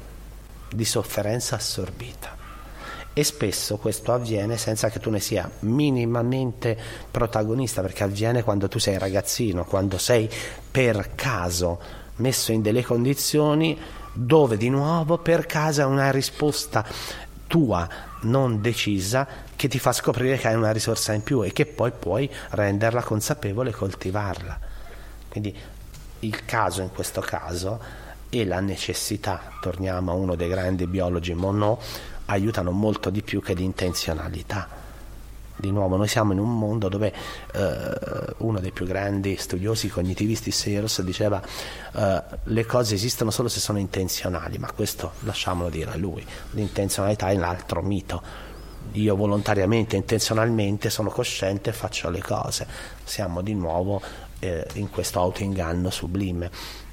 di sofferenza assorbita. E spesso questo avviene senza che tu ne sia minimamente protagonista, perché avviene quando tu sei ragazzino, quando sei per caso messo in delle condizioni dove di nuovo per caso è una risposta tua non decisa che ti fa scoprire che hai una risorsa in più e che poi puoi renderla consapevole e coltivarla. Quindi il caso in questo caso e la necessità, torniamo a uno dei grandi biologi Monod, aiutano molto di più che l'intenzionalità. Di nuovo noi siamo in un mondo dove eh, uno dei più grandi studiosi cognitivisti, Sears, diceva eh, le cose esistono solo se sono intenzionali, ma questo lasciamolo dire a lui, l'intenzionalità è un altro mito. Io volontariamente, intenzionalmente sono cosciente e faccio le cose. Siamo di nuovo eh, in questo autoinganno sublime.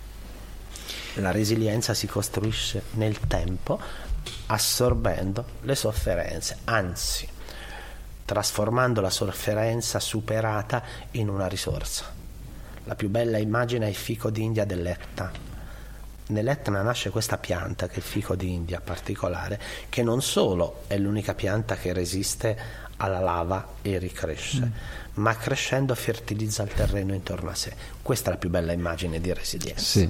La resilienza si costruisce nel tempo assorbendo le sofferenze, anzi trasformando la sofferenza superata in una risorsa. La più bella immagine è il fico d'India dell'Etna. Nell'Etna nasce questa pianta, che è il fico d'India particolare, che non solo è l'unica pianta che resiste alla lava e ricresce, mm. ma crescendo fertilizza il terreno intorno a sé. Questa è la più bella immagine di resilienza. Sì.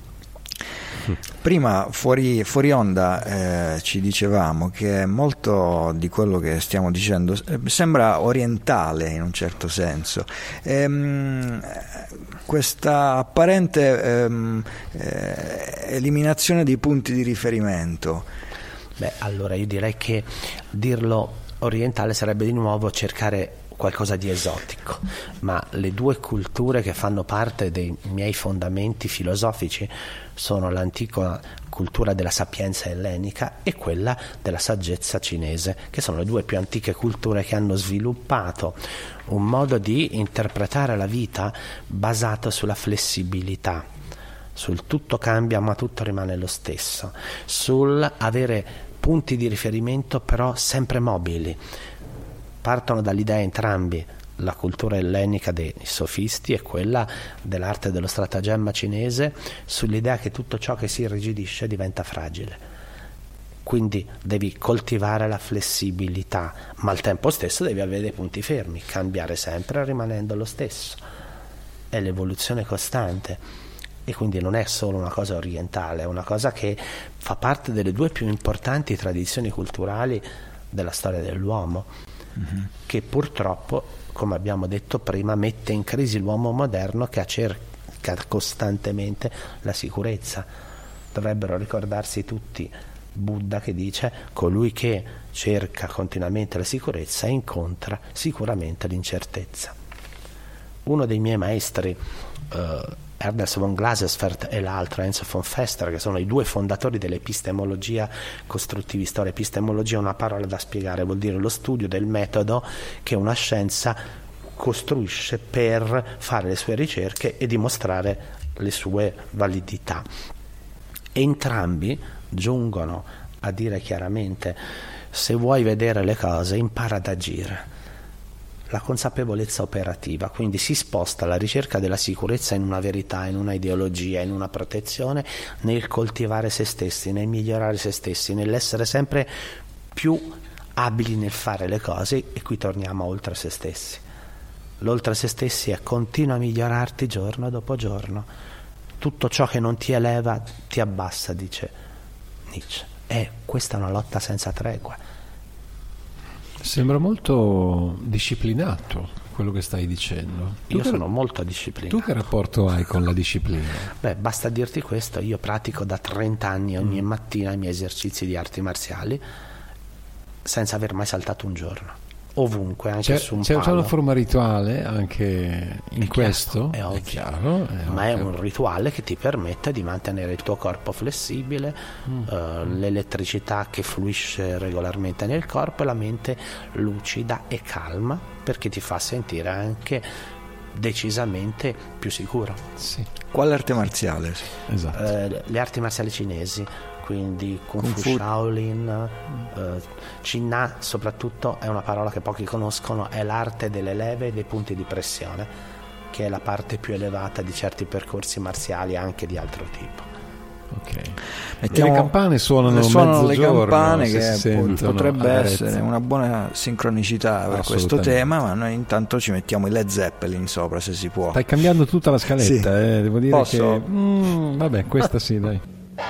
Prima fuori, fuori onda eh, ci dicevamo che molto di quello che stiamo dicendo eh, sembra orientale in un certo senso. Ehm, questa apparente ehm, eh, eliminazione dei punti di riferimento. Beh, allora io direi che dirlo orientale sarebbe di nuovo cercare qualcosa di esotico, ma le due culture che fanno parte dei miei fondamenti filosofici sono l'antica cultura della sapienza ellenica e quella della saggezza cinese, che sono le due più antiche culture che hanno sviluppato un modo di interpretare la vita basato sulla flessibilità, sul tutto cambia ma tutto rimane lo stesso, sul avere punti di riferimento però sempre mobili. Partono dall'idea entrambi, la cultura ellenica dei sofisti e quella dell'arte dello stratagemma cinese, sull'idea che tutto ciò che si irrigidisce diventa fragile. Quindi devi coltivare la flessibilità, ma al tempo stesso devi avere dei punti fermi, cambiare sempre rimanendo lo stesso. È l'evoluzione costante e quindi non è solo una cosa orientale, è una cosa che fa parte delle due più importanti tradizioni culturali della storia dell'uomo, mm-hmm. che purtroppo, come abbiamo detto prima, mette in crisi l'uomo moderno che cerca costantemente la sicurezza. Dovrebbero ricordarsi tutti Buddha che dice: colui che cerca continuamente la sicurezza incontra sicuramente l'incertezza. Uno dei miei maestri, eh, Ernest von Glasersfeld, e l'altro Enzo von Fester, che sono i due fondatori dell'epistemologia costruttivista. L'epistemologia è una parola da spiegare, vuol dire lo studio del metodo che una scienza costruisce per fare le sue ricerche e dimostrare le sue validità. Entrambi giungono a dire chiaramente: se vuoi vedere le cose, impara ad agire. La consapevolezza operativa, quindi si sposta la ricerca della sicurezza in una verità, in una ideologia, in una protezione, nel coltivare se stessi, nel migliorare se stessi, nell'essere sempre più abili nel fare le cose. E qui torniamo a oltre se stessi. L'oltre se stessi è: continua a migliorarti giorno dopo giorno. Tutto ciò che non ti eleva ti abbassa, dice Nietzsche. E questa è una lotta senza tregua. Sembra molto disciplinato quello che stai dicendo. Tu Io che, sono molto disciplinato. Tu che rapporto hai con la disciplina? Beh, basta dirti questo: io pratico da trenta anni ogni mm. mattina i miei esercizi di arti marziali senza aver mai saltato un giorno, ovunque, anche c'è, su un c'è, palo. C'è una forma rituale anche in è questo? Chiaro, è, è chiaro, è ma è ovvio. un rituale che ti permette di mantenere il tuo corpo flessibile, mm. uh, l'elettricità che fluisce regolarmente nel corpo e la mente lucida e calma, perché ti fa sentire anche decisamente più sicuro. Sì. Quale arte marziale? Esatto. Uh, le arti marziali cinesi, quindi Kung, Kung Fu, Fu, Shaolin, uh, Chin-Na soprattutto è una parola che pochi conoscono, è l'arte delle leve e dei punti di pressione, che è la parte più elevata di certi percorsi marziali anche di altro tipo. Ok. Mettiamo, le campane suonano, suonano le mezzogiorno, campane, se che si sentono, potrebbe Arezzo. essere una buona sincronicità per questo tema, ma noi intanto ci mettiamo i Led Zeppelin sopra, se si può. Stai cambiando tutta la scaletta, sì. eh? Devo dire Posso? che mm, vabbè, questa sì, dai.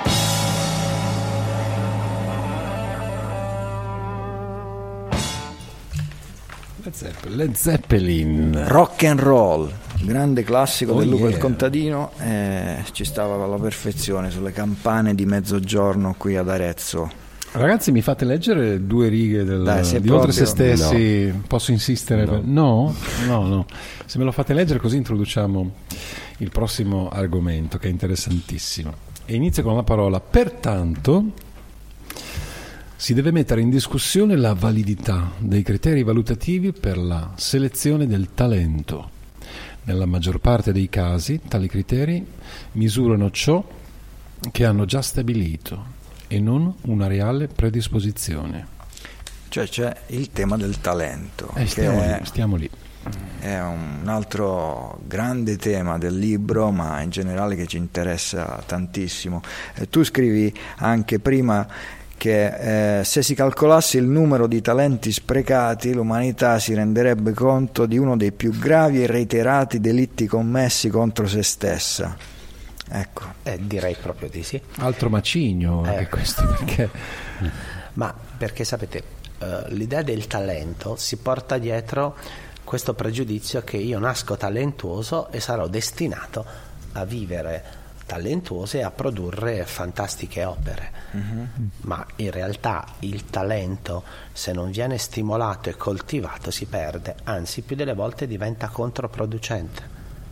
Led Zeppelin, Led Zeppelin. Rock and Roll, grande classico Oh del Lupo yeah. e il contadino, eh, ci stava alla perfezione sulle campane di mezzogiorno qui ad Arezzo. Ragazzi, mi fate leggere due righe del, Dai, di proprio... oltre se stessi? No. Posso insistere? No. no, no, no. Se me lo fate leggere, così introduciamo il prossimo argomento, che è interessantissimo. E inizia con la parola pertanto. Si deve mettere in discussione la validità dei criteri valutativi per la selezione del talento. Nella maggior parte dei casi, tali criteri misurano ciò che hanno già stabilito e non una reale predisposizione. Cioè c'è il tema del talento, Eh, che stiamo, è, lì, stiamo lì. è un altro grande tema del libro, ma in generale che ci interessa tantissimo. E tu scrivi anche prima che eh, se si calcolasse il numero di talenti sprecati, l'umanità si renderebbe conto di uno dei più gravi e reiterati delitti commessi contro se stessa. Ecco. Eh, direi proprio di sì. Altro macigno Eh. anche questo, perché Ma perché sapete, uh, l'idea del talento si porta dietro questo pregiudizio che io nasco talentuoso e sarò destinato a vivere talentuose e a produrre fantastiche opere. Mm-hmm. Ma in realtà il talento, se non viene stimolato e coltivato, si perde, anzi più delle volte diventa controproducente.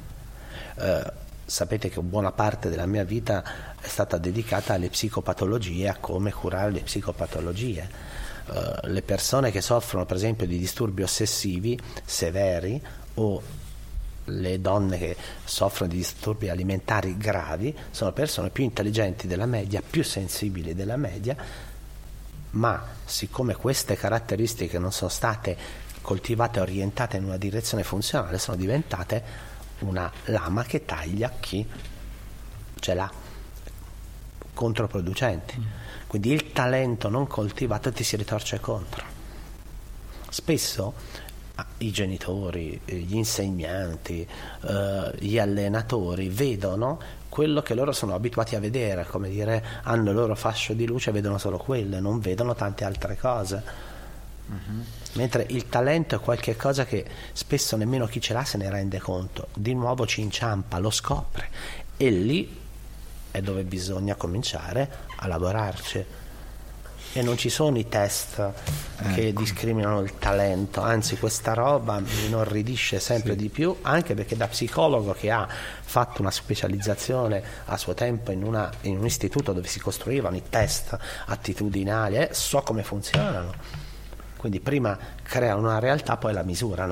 Eh, sapete che buona parte della mia vita è stata dedicata alle psicopatologie, a come curare le psicopatologie. Uh, le persone che soffrono per esempio di disturbi ossessivi severi, o le donne che soffrono di disturbi alimentari gravi, sono persone più intelligenti della media, più sensibili della media, ma siccome queste caratteristiche non sono state coltivate e orientate in una direzione funzionale, sono diventate una lama che taglia chi ce l'ha, controproducenti. Mm. Quindi il talento non coltivato ti si ritorce contro. Spesso ah, i genitori, gli insegnanti, eh, gli allenatori vedono quello che loro sono abituati a vedere, come dire, hanno il loro fascio di luce, vedono solo quello, non vedono tante altre cose. Mm-hmm. Mentre il talento è qualche cosa che spesso nemmeno chi ce l'ha se ne rende conto, di nuovo ci inciampa, lo scopre, e lì è dove bisogna cominciare a lavorarci. E non ci sono i test ecco. che discriminano il talento, anzi questa roba mi inorridisce sempre sì. di più, anche perché da psicologo che ha fatto una specializzazione a suo tempo in, una, in un istituto dove si costruivano i test attitudinali, eh, so come funzionano. Quindi prima creano una realtà, poi la misurano.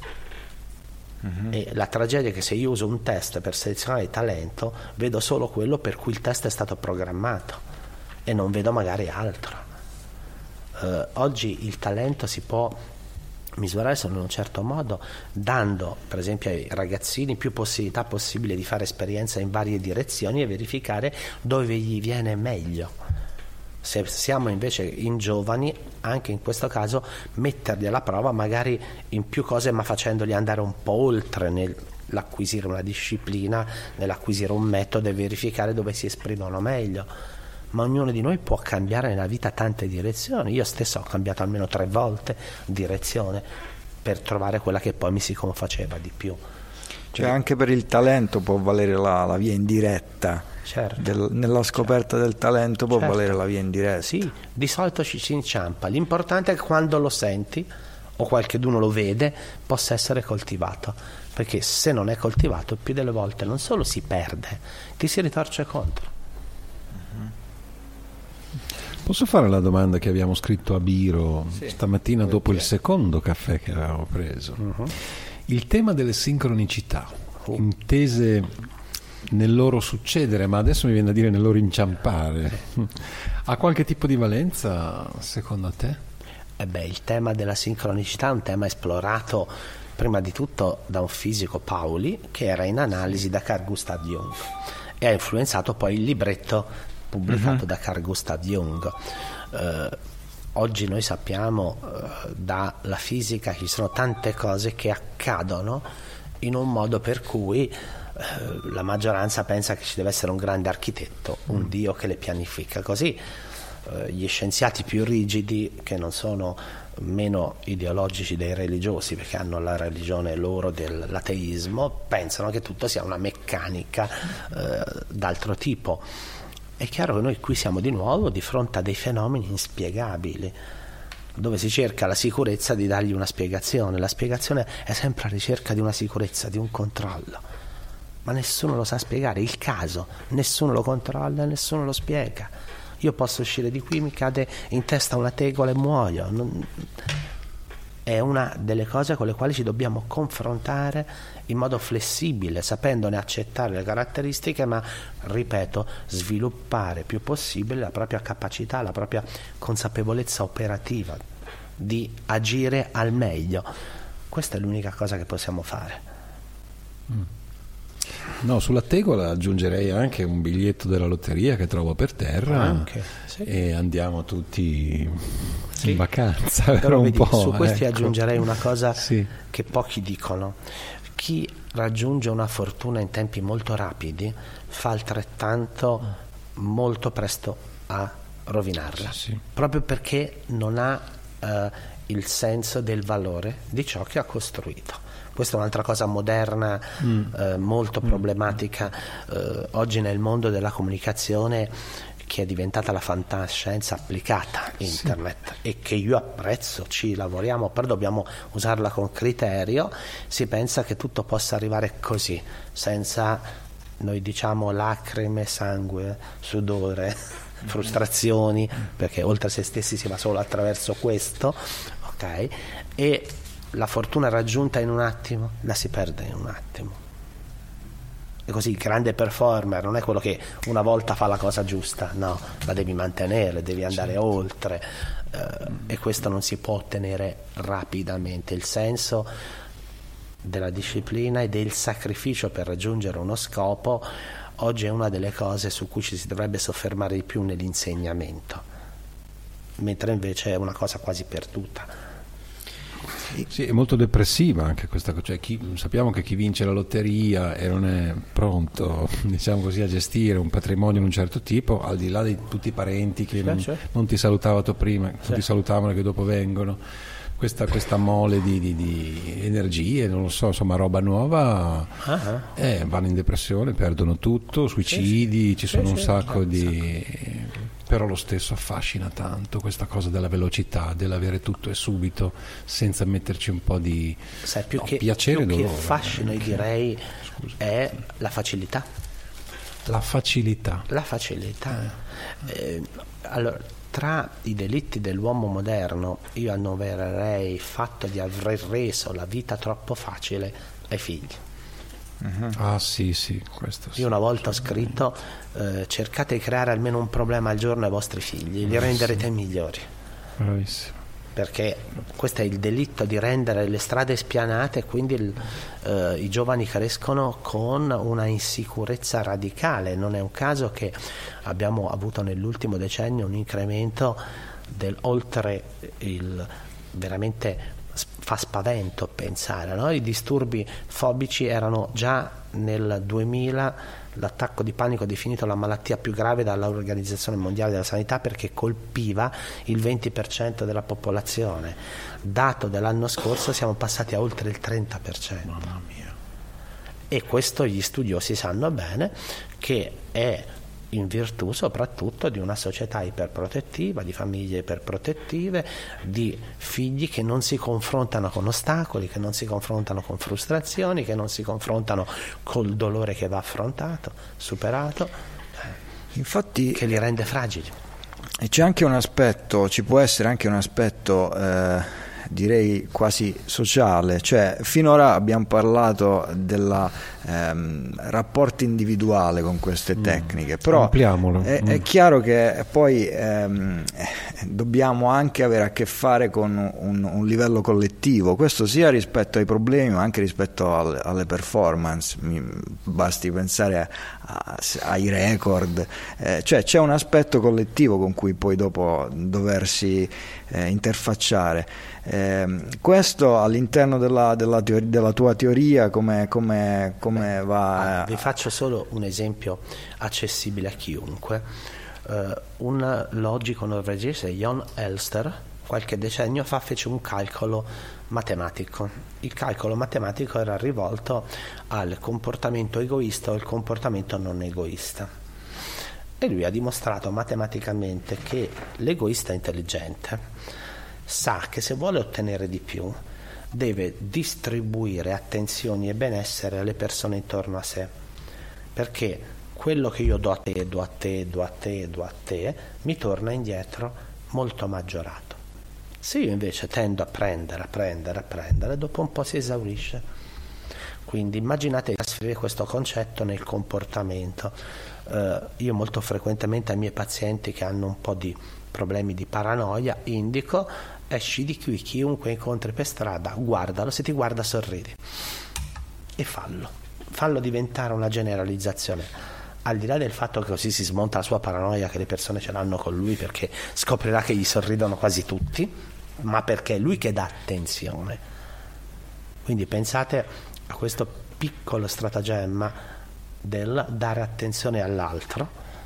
Uh-huh. E la tragedia è che se io uso un test per selezionare il talento, vedo solo quello per cui il test è stato programmato e non vedo magari altro. Uh, oggi il talento si può misurare solo in un certo modo, dando per esempio ai ragazzini più possibilità possibile di fare esperienza in varie direzioni e verificare dove gli viene meglio. Se siamo invece in giovani, anche in questo caso metterli alla prova magari in più cose, ma facendoli andare un po' oltre nell'acquisire una disciplina, nell'acquisire un metodo e verificare dove si esprimono meglio. Ma ognuno di noi può cambiare nella vita tante direzioni. Io stesso ho cambiato almeno tre volte direzione per trovare quella che poi mi si confaceva di più. Cioè anche per il talento può valere la, la via indiretta. Certo. Del, nella scoperta certo. del talento può certo. valere la via indiretta. Sì, di solito ci si inciampa. L'importante è che quando lo senti o qualcheduno lo vede possa essere coltivato, perché se non è coltivato più delle volte non solo si perde, ti si ritorce contro. Uh-huh. Posso fare la domanda che abbiamo scritto a Biro sì. stamattina Perché? dopo il secondo caffè che avevamo preso? Uh-huh. Il tema delle sincronicità, uh. intese nel loro succedere, ma adesso mi viene a dire nel loro inciampare, ha qualche tipo di valenza secondo te? Eh beh, il tema della sincronicità è un tema esplorato prima di tutto da un fisico, Pauli, che era in analisi da Carl Gustav Jung e ha influenzato poi il libretto pubblicato uh-huh. da Carl Gustav Jung. Eh, oggi noi sappiamo eh, dalla fisica che ci sono tante cose che accadono in un modo per cui la maggioranza pensa che ci deve essere un grande architetto, un mm. dio che le pianifica. Così eh, gli scienziati più rigidi, che non sono meno ideologici dei religiosi perché hanno la religione loro dell'ateismo, pensano che tutto sia una meccanica eh, d'altro tipo. È chiaro che noi qui siamo di nuovo di fronte a dei fenomeni inspiegabili, dove si cerca la sicurezza di dargli una spiegazione. La spiegazione è sempre la ricerca di una sicurezza, di un controllo, ma nessuno lo sa spiegare. Il caso nessuno lo controlla, nessuno lo spiega. Io posso uscire di qui, mi cade in testa una tegola e muoio. Non... è una delle cose con le quali ci dobbiamo confrontare in modo flessibile, sapendone accettare le caratteristiche, ma ripeto, sviluppare più possibile la propria capacità, la propria consapevolezza operativa di agire al meglio. Questa è l'unica cosa che possiamo fare. Mm. No, sulla tegola aggiungerei anche un biglietto della lotteria che trovo per terra, anche, sì. e andiamo tutti sì. in vacanza. Però un vedi, po', su questi ecco. aggiungerei una cosa sì. che pochi dicono. Chi raggiunge una fortuna in tempi molto rapidi fa altrettanto molto presto a rovinarla, sì, sì. proprio perché non ha eh, il senso del valore di ciò che ha costruito. Questa è un'altra cosa moderna, mm. eh, molto problematica eh, oggi nel mondo della comunicazione, che è diventata la fantascienza applicata internet, sì. E che io apprezzo, ci lavoriamo, però dobbiamo usarla con criterio. Si pensa che tutto possa arrivare così, senza, noi diciamo, lacrime, sangue, sudore, frustrazioni, perché oltre a se stessi si va solo attraverso questo, ok? E la fortuna raggiunta in un attimo la si perde in un attimo. E così il grande performer non è quello che una volta fa la cosa giusta, no, la devi mantenere, devi andare, sì, oltre, eh, e questo non si può ottenere rapidamente. Il senso della disciplina e del sacrificio per raggiungere uno scopo oggi è una delle cose su cui ci si dovrebbe soffermare di più nell'insegnamento, mentre invece è una cosa quasi perduta. Sì, è molto depressiva anche questa cosa, cioè, chi, sappiamo che chi vince la lotteria e non è pronto, diciamo così, a gestire un patrimonio di un certo tipo, al di là di tutti i parenti che, sì, non, cioè. non ti salutavano prima, sì. non ti salutavano, che dopo vengono, questa, questa mole di, di, di energie, non lo so, insomma, roba nuova, uh-huh. eh, vanno in depressione, perdono tutto, suicidi, sì, ci sono sì, un sì, sacco sì, di... Sacco. Però lo stesso affascina tanto questa cosa della velocità, dell'avere tutto e subito, senza metterci un po' di Sai, più no, che, piacere e dolore. Più che fascino, io direi, Scusa. è la facilità. La facilità. La facilità. Eh. Eh, allora, tra i delitti dell'uomo moderno, io annovererei il fatto di aver reso la vita troppo facile ai figli. Uh-huh. Ah sì sì, questo sì. Io una volta ho scritto eh, cercate di creare almeno un problema al giorno ai vostri figli, li renderete migliori. Bravissimo. Perché questo è il delitto di rendere le strade spianate, e quindi il, eh, i giovani crescono con una insicurezza radicale. Non è un caso che abbiamo avuto nell'ultimo decennio un incremento del oltre il veramente fa spavento pensare, no? I disturbi fobici erano già nel duemila, l'attacco di panico definito la malattia più grave dall'Organizzazione Mondiale della Sanità, perché colpiva il venti per cento della popolazione. Dato dell'anno scorso siamo passati a oltre il trenta per cento. Mamma mia. E questo gli studiosi sanno bene che è in virtù soprattutto di una società iperprotettiva, di famiglie iperprotettive, di figli che non si confrontano con ostacoli, che non si confrontano con frustrazioni, che non si confrontano col dolore che va affrontato, superato, infatti, che li rende fragili. E c'è anche un aspetto, ci può essere anche un aspetto eh, direi quasi sociale, cioè finora abbiamo parlato del ehm, rapporto individuale con queste tecniche, mm. però Ampliamolo. È, mm. è chiaro che poi ehm, dobbiamo anche avere a che fare con un, un livello collettivo, questo sia rispetto ai problemi ma anche rispetto al, alle performance. Mi, basti pensare a, a, ai record, eh, cioè c'è un aspetto collettivo con cui poi dopo doversi eh, interfacciare. Eh, questo all'interno della, della, teoria, della tua teoria come, come, come va? Ah, vi faccio solo un esempio accessibile a chiunque. Uh, un logico norvegese, Jon Elster, qualche decennio fa fece un calcolo matematico. Il calcolo matematico era rivolto al comportamento egoista o al comportamento non egoista, e lui ha dimostrato matematicamente che l'egoista intelligente sa che se vuole ottenere di più deve distribuire attenzioni e benessere alle persone intorno a sé, perché quello che io do a te, do a te, do a te, do a te mi torna indietro molto maggiorato. Se io invece tendo a prendere, a prendere, a prendere, dopo un po' si esaurisce. Quindi immaginate di trasferire questo concetto nel comportamento. Uh, io molto frequentemente ai miei pazienti che hanno un po' di problemi di paranoia indico: esci di qui, chiunque incontri per strada, guardalo, se ti guarda sorridi e fallo fallo diventare una generalizzazione, al di là del fatto che così si smonta la sua paranoia che le persone ce l'hanno con lui, perché scoprirà che gli sorridono quasi tutti, ma perché è lui che dà attenzione. Quindi pensate a questo piccolo stratagemma del dare attenzione all'altro,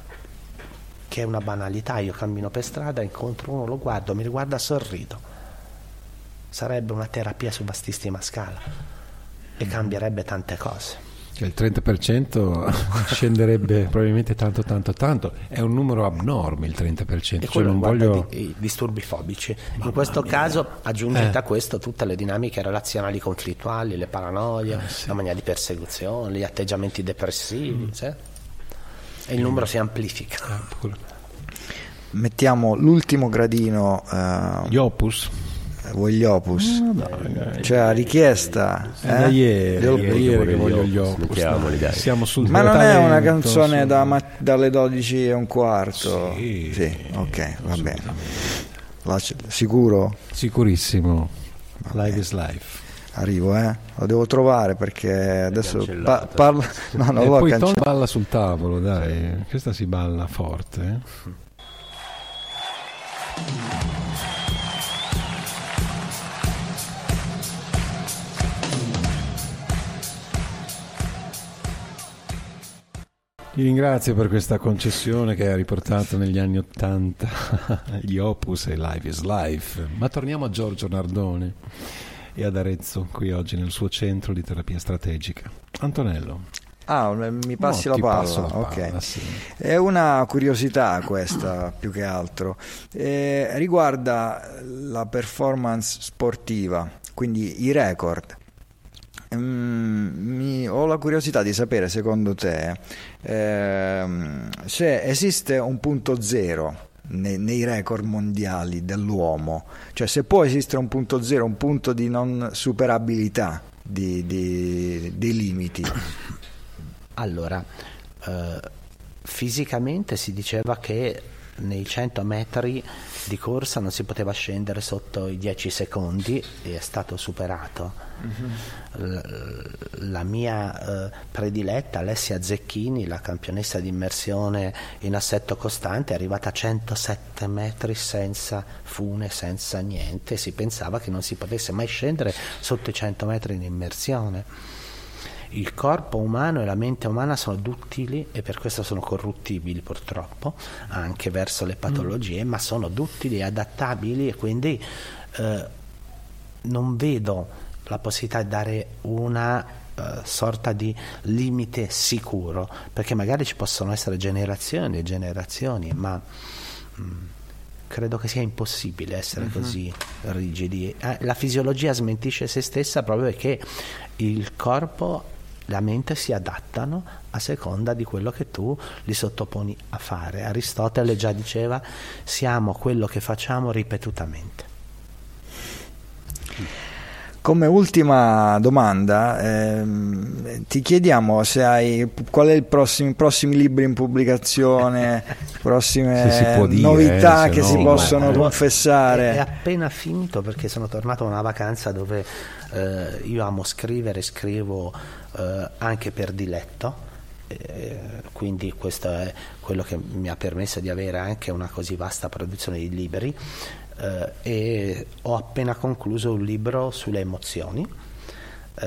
che è una banalità. Io cammino per strada, incontro uno, lo guardo, mi riguarda, sorrido. Sarebbe una terapia su vastissima scala. e cambierebbe tante cose. Cioè il trenta per cento scenderebbe probabilmente tanto tanto tanto, è un numero abnorme il trenta per cento, E cioè non guarda, voglio... i, i disturbi fobici. Mamma In questo mia. caso aggiungete Eh. a questo tutte le dinamiche relazionali conflittuali, le paranoie, Eh, sì. la mania di persecuzione, gli atteggiamenti depressivi, Mm. sì? E il numero si amplifica. Ah, pure. Mettiamo l'ultimo gradino, eh, Gli opus? vuoi gli opus? Cioè a richiesta, È da eh? ieri, Del- da ieri che voglio gli opus. Mettiamoli, dai. Siamo sul Ma non è una talento, canzone su- da ma- dalle dodici e un quarto? Sì. ok, va bene. La- sicuro? Sicurissimo. Live is life. Arrivo, eh? Lo devo trovare perché adesso pa- cancellato. parlo. No, non e l'ho poi Tom cancellato. balla sul tavolo, dai. Questa si balla forte. eh. Ti ringrazio per questa concessione che hai riportato negli anni Ottanta gli Opus e Live is Life. Ma torniamo a Giorgio Nardone e ad Arezzo, qui oggi nel suo centro di terapia strategica. Antonello. Ah, mi passi No, la ti palla, passo la ok. palla, sì. È una curiosità questa più che altro. Eh, riguarda la performance sportiva, quindi i record. Mm, mi- ho la curiosità di sapere, secondo te, ehm, se esiste un punto zero nei, nei record mondiali dell'uomo, cioè se può esistere un punto zero, un punto di non superabilità di- di- dei limiti. Allora, eh, fisicamente si diceva che nei cento metri di corsa non si poteva scendere sotto i dieci secondi e è stato superato. L- la mia eh, prediletta Alessia Zecchini, la campionessa di immersione in assetto costante, è arrivata a centosette metri senza fune, senza niente. Si pensava che non si potesse mai scendere sotto i cento metri in immersione. Il corpo umano e la mente umana sono duttili e per questo sono corruttibili purtroppo anche verso le patologie, mm. ma sono duttili e adattabili, e quindi eh, non vedo la possibilità di dare una eh, sorta di limite sicuro, perché magari ci possono essere generazioni e generazioni, ma mh, credo che sia impossibile essere uh-huh. così rigidi. Eh, la fisiologia smentisce se stessa proprio perché il corpo, la mente si adattano a seconda di quello che tu li sottoponi a fare. Aristotele già diceva: siamo quello che facciamo ripetutamente. Come ultima domanda, ehm, ti chiediamo se hai qual è il prossimo, i prossimi libri in pubblicazione, prossime Se si può dire, novità eh, che se si no- possono Guarda, confessare. È, è appena finito, perché sono tornato da una vacanza dove eh, io amo scrivere, scrivo eh, anche per diletto, eh, quindi questo è quello che mi ha permesso di avere anche una così vasta produzione di libri. Uh, e ho appena concluso un libro sulle emozioni, uh,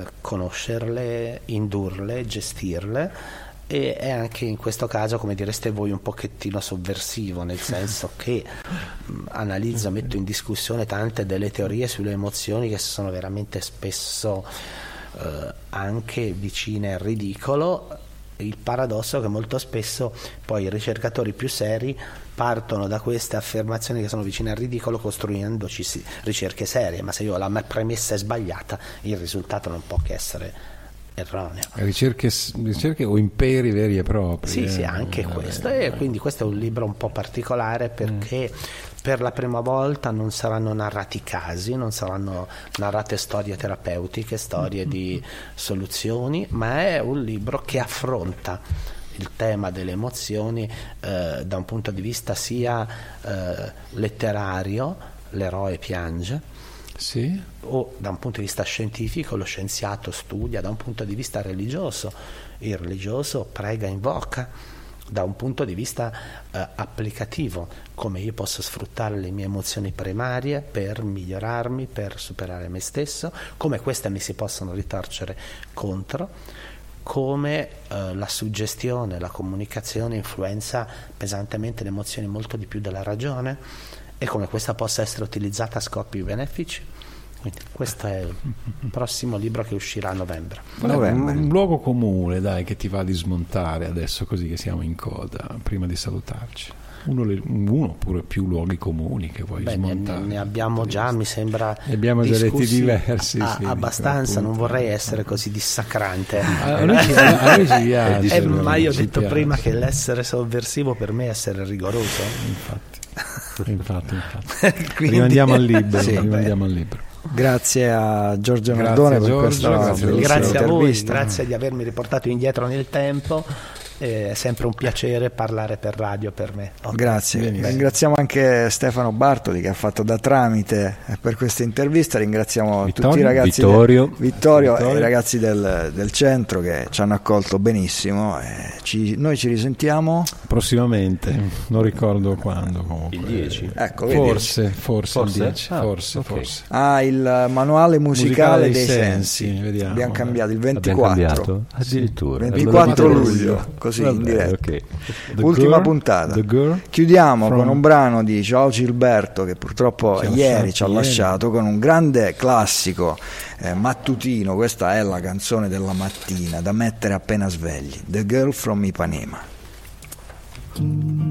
conoscerle, indurle, gestirle, e è anche in questo caso, come direste voi, un pochettino sovversivo, nel senso che mh, analizzo, metto in discussione tante delle teorie sulle emozioni che sono veramente spesso uh, anche vicine al ridicolo. Il paradosso è che molto spesso poi i ricercatori più seri partono da queste affermazioni che sono vicine al ridicolo costruendoci ricerche serie, ma se io la mia premessa è sbagliata, il risultato non può che essere erroneo. Ricerche, ricerche o imperi veri e propri. Sì, eh. sì, anche eh, questo. eh, E quindi questo è un libro un po' particolare perché mm. per la prima volta non saranno narrati casi, non saranno narrate storie terapeutiche, storie mm. di soluzioni, ma è un libro che affronta il tema delle emozioni eh, da un punto di vista sia eh, letterario, l'eroe piange, sì. o da un punto di vista scientifico, lo scienziato studia, da un punto di vista religioso, il religioso prega, invoca, da un punto di vista eh, applicativo, come io posso sfruttare le mie emozioni primarie per migliorarmi, per superare me stesso, come queste mi si possono ritorcere contro, come eh, la suggestione, la comunicazione influenza pesantemente le emozioni molto di più della ragione, e come questa possa essere utilizzata a scopi benefici Quindi questo è il prossimo libro che uscirà a novembre. Un, un luogo comune, dai, che ti va di smontare adesso, così che siamo in coda, prima di salutarci. Uno, uno oppure più luoghi comuni che vuoi Beh, smontare. Ne, ne abbiamo già, mi sembra. Ne abbiamo già letti diversi. A, sì, abbastanza, dico, non vorrei essere così dissacrante. A noi ci, a noi ci piace. Eh, ma io ho ci detto piace. prima che l'essere sovversivo per me è essere rigoroso. Infatti, infatti, infatti. Quindi- Rimandiamo al libro. Sì, rimandiamo al libro. Grazie a Giorgio Grazie, Nardone per Giorgio, questa grazie, bellissima Grazie a voi, intervista. grazie di avermi riportato indietro nel tempo. È sempre un piacere parlare per radio per me. Oh. Grazie, Benissimo. ringraziamo anche Stefano Bartoli che ha fatto da tramite per questa intervista, ringraziamo Vittorio, tutti i ragazzi Vittorio. del, Vittorio Vittorio. e i ragazzi del, del centro che ci hanno accolto benissimo. E ci, noi ci risentiamo Prossimamente, non ricordo quando comunque. Il dieci. ecco, vedi. Forse, forse, Forse? il dieci, Ah, forse, ok. forse. Ah, il manuale musicale, Musicale dei dei sensi, sensi, vediamo. abbiamo cambiato il Abbiamo ventiquattro cambiato? Addirittura. ventiquattro Me lo dite luglio, adesso. così Vabbè, in diretta. ok. The Ultima Girl, puntata. The Girl. Chiudiamo From- con un brano di Joao Gilberto che purtroppo Ci ha ieri lasciato ci ha ieri. lasciato, con un grande classico eh, mattutino. Questa è la canzone della mattina da mettere appena svegli, The Girl from Ipanema.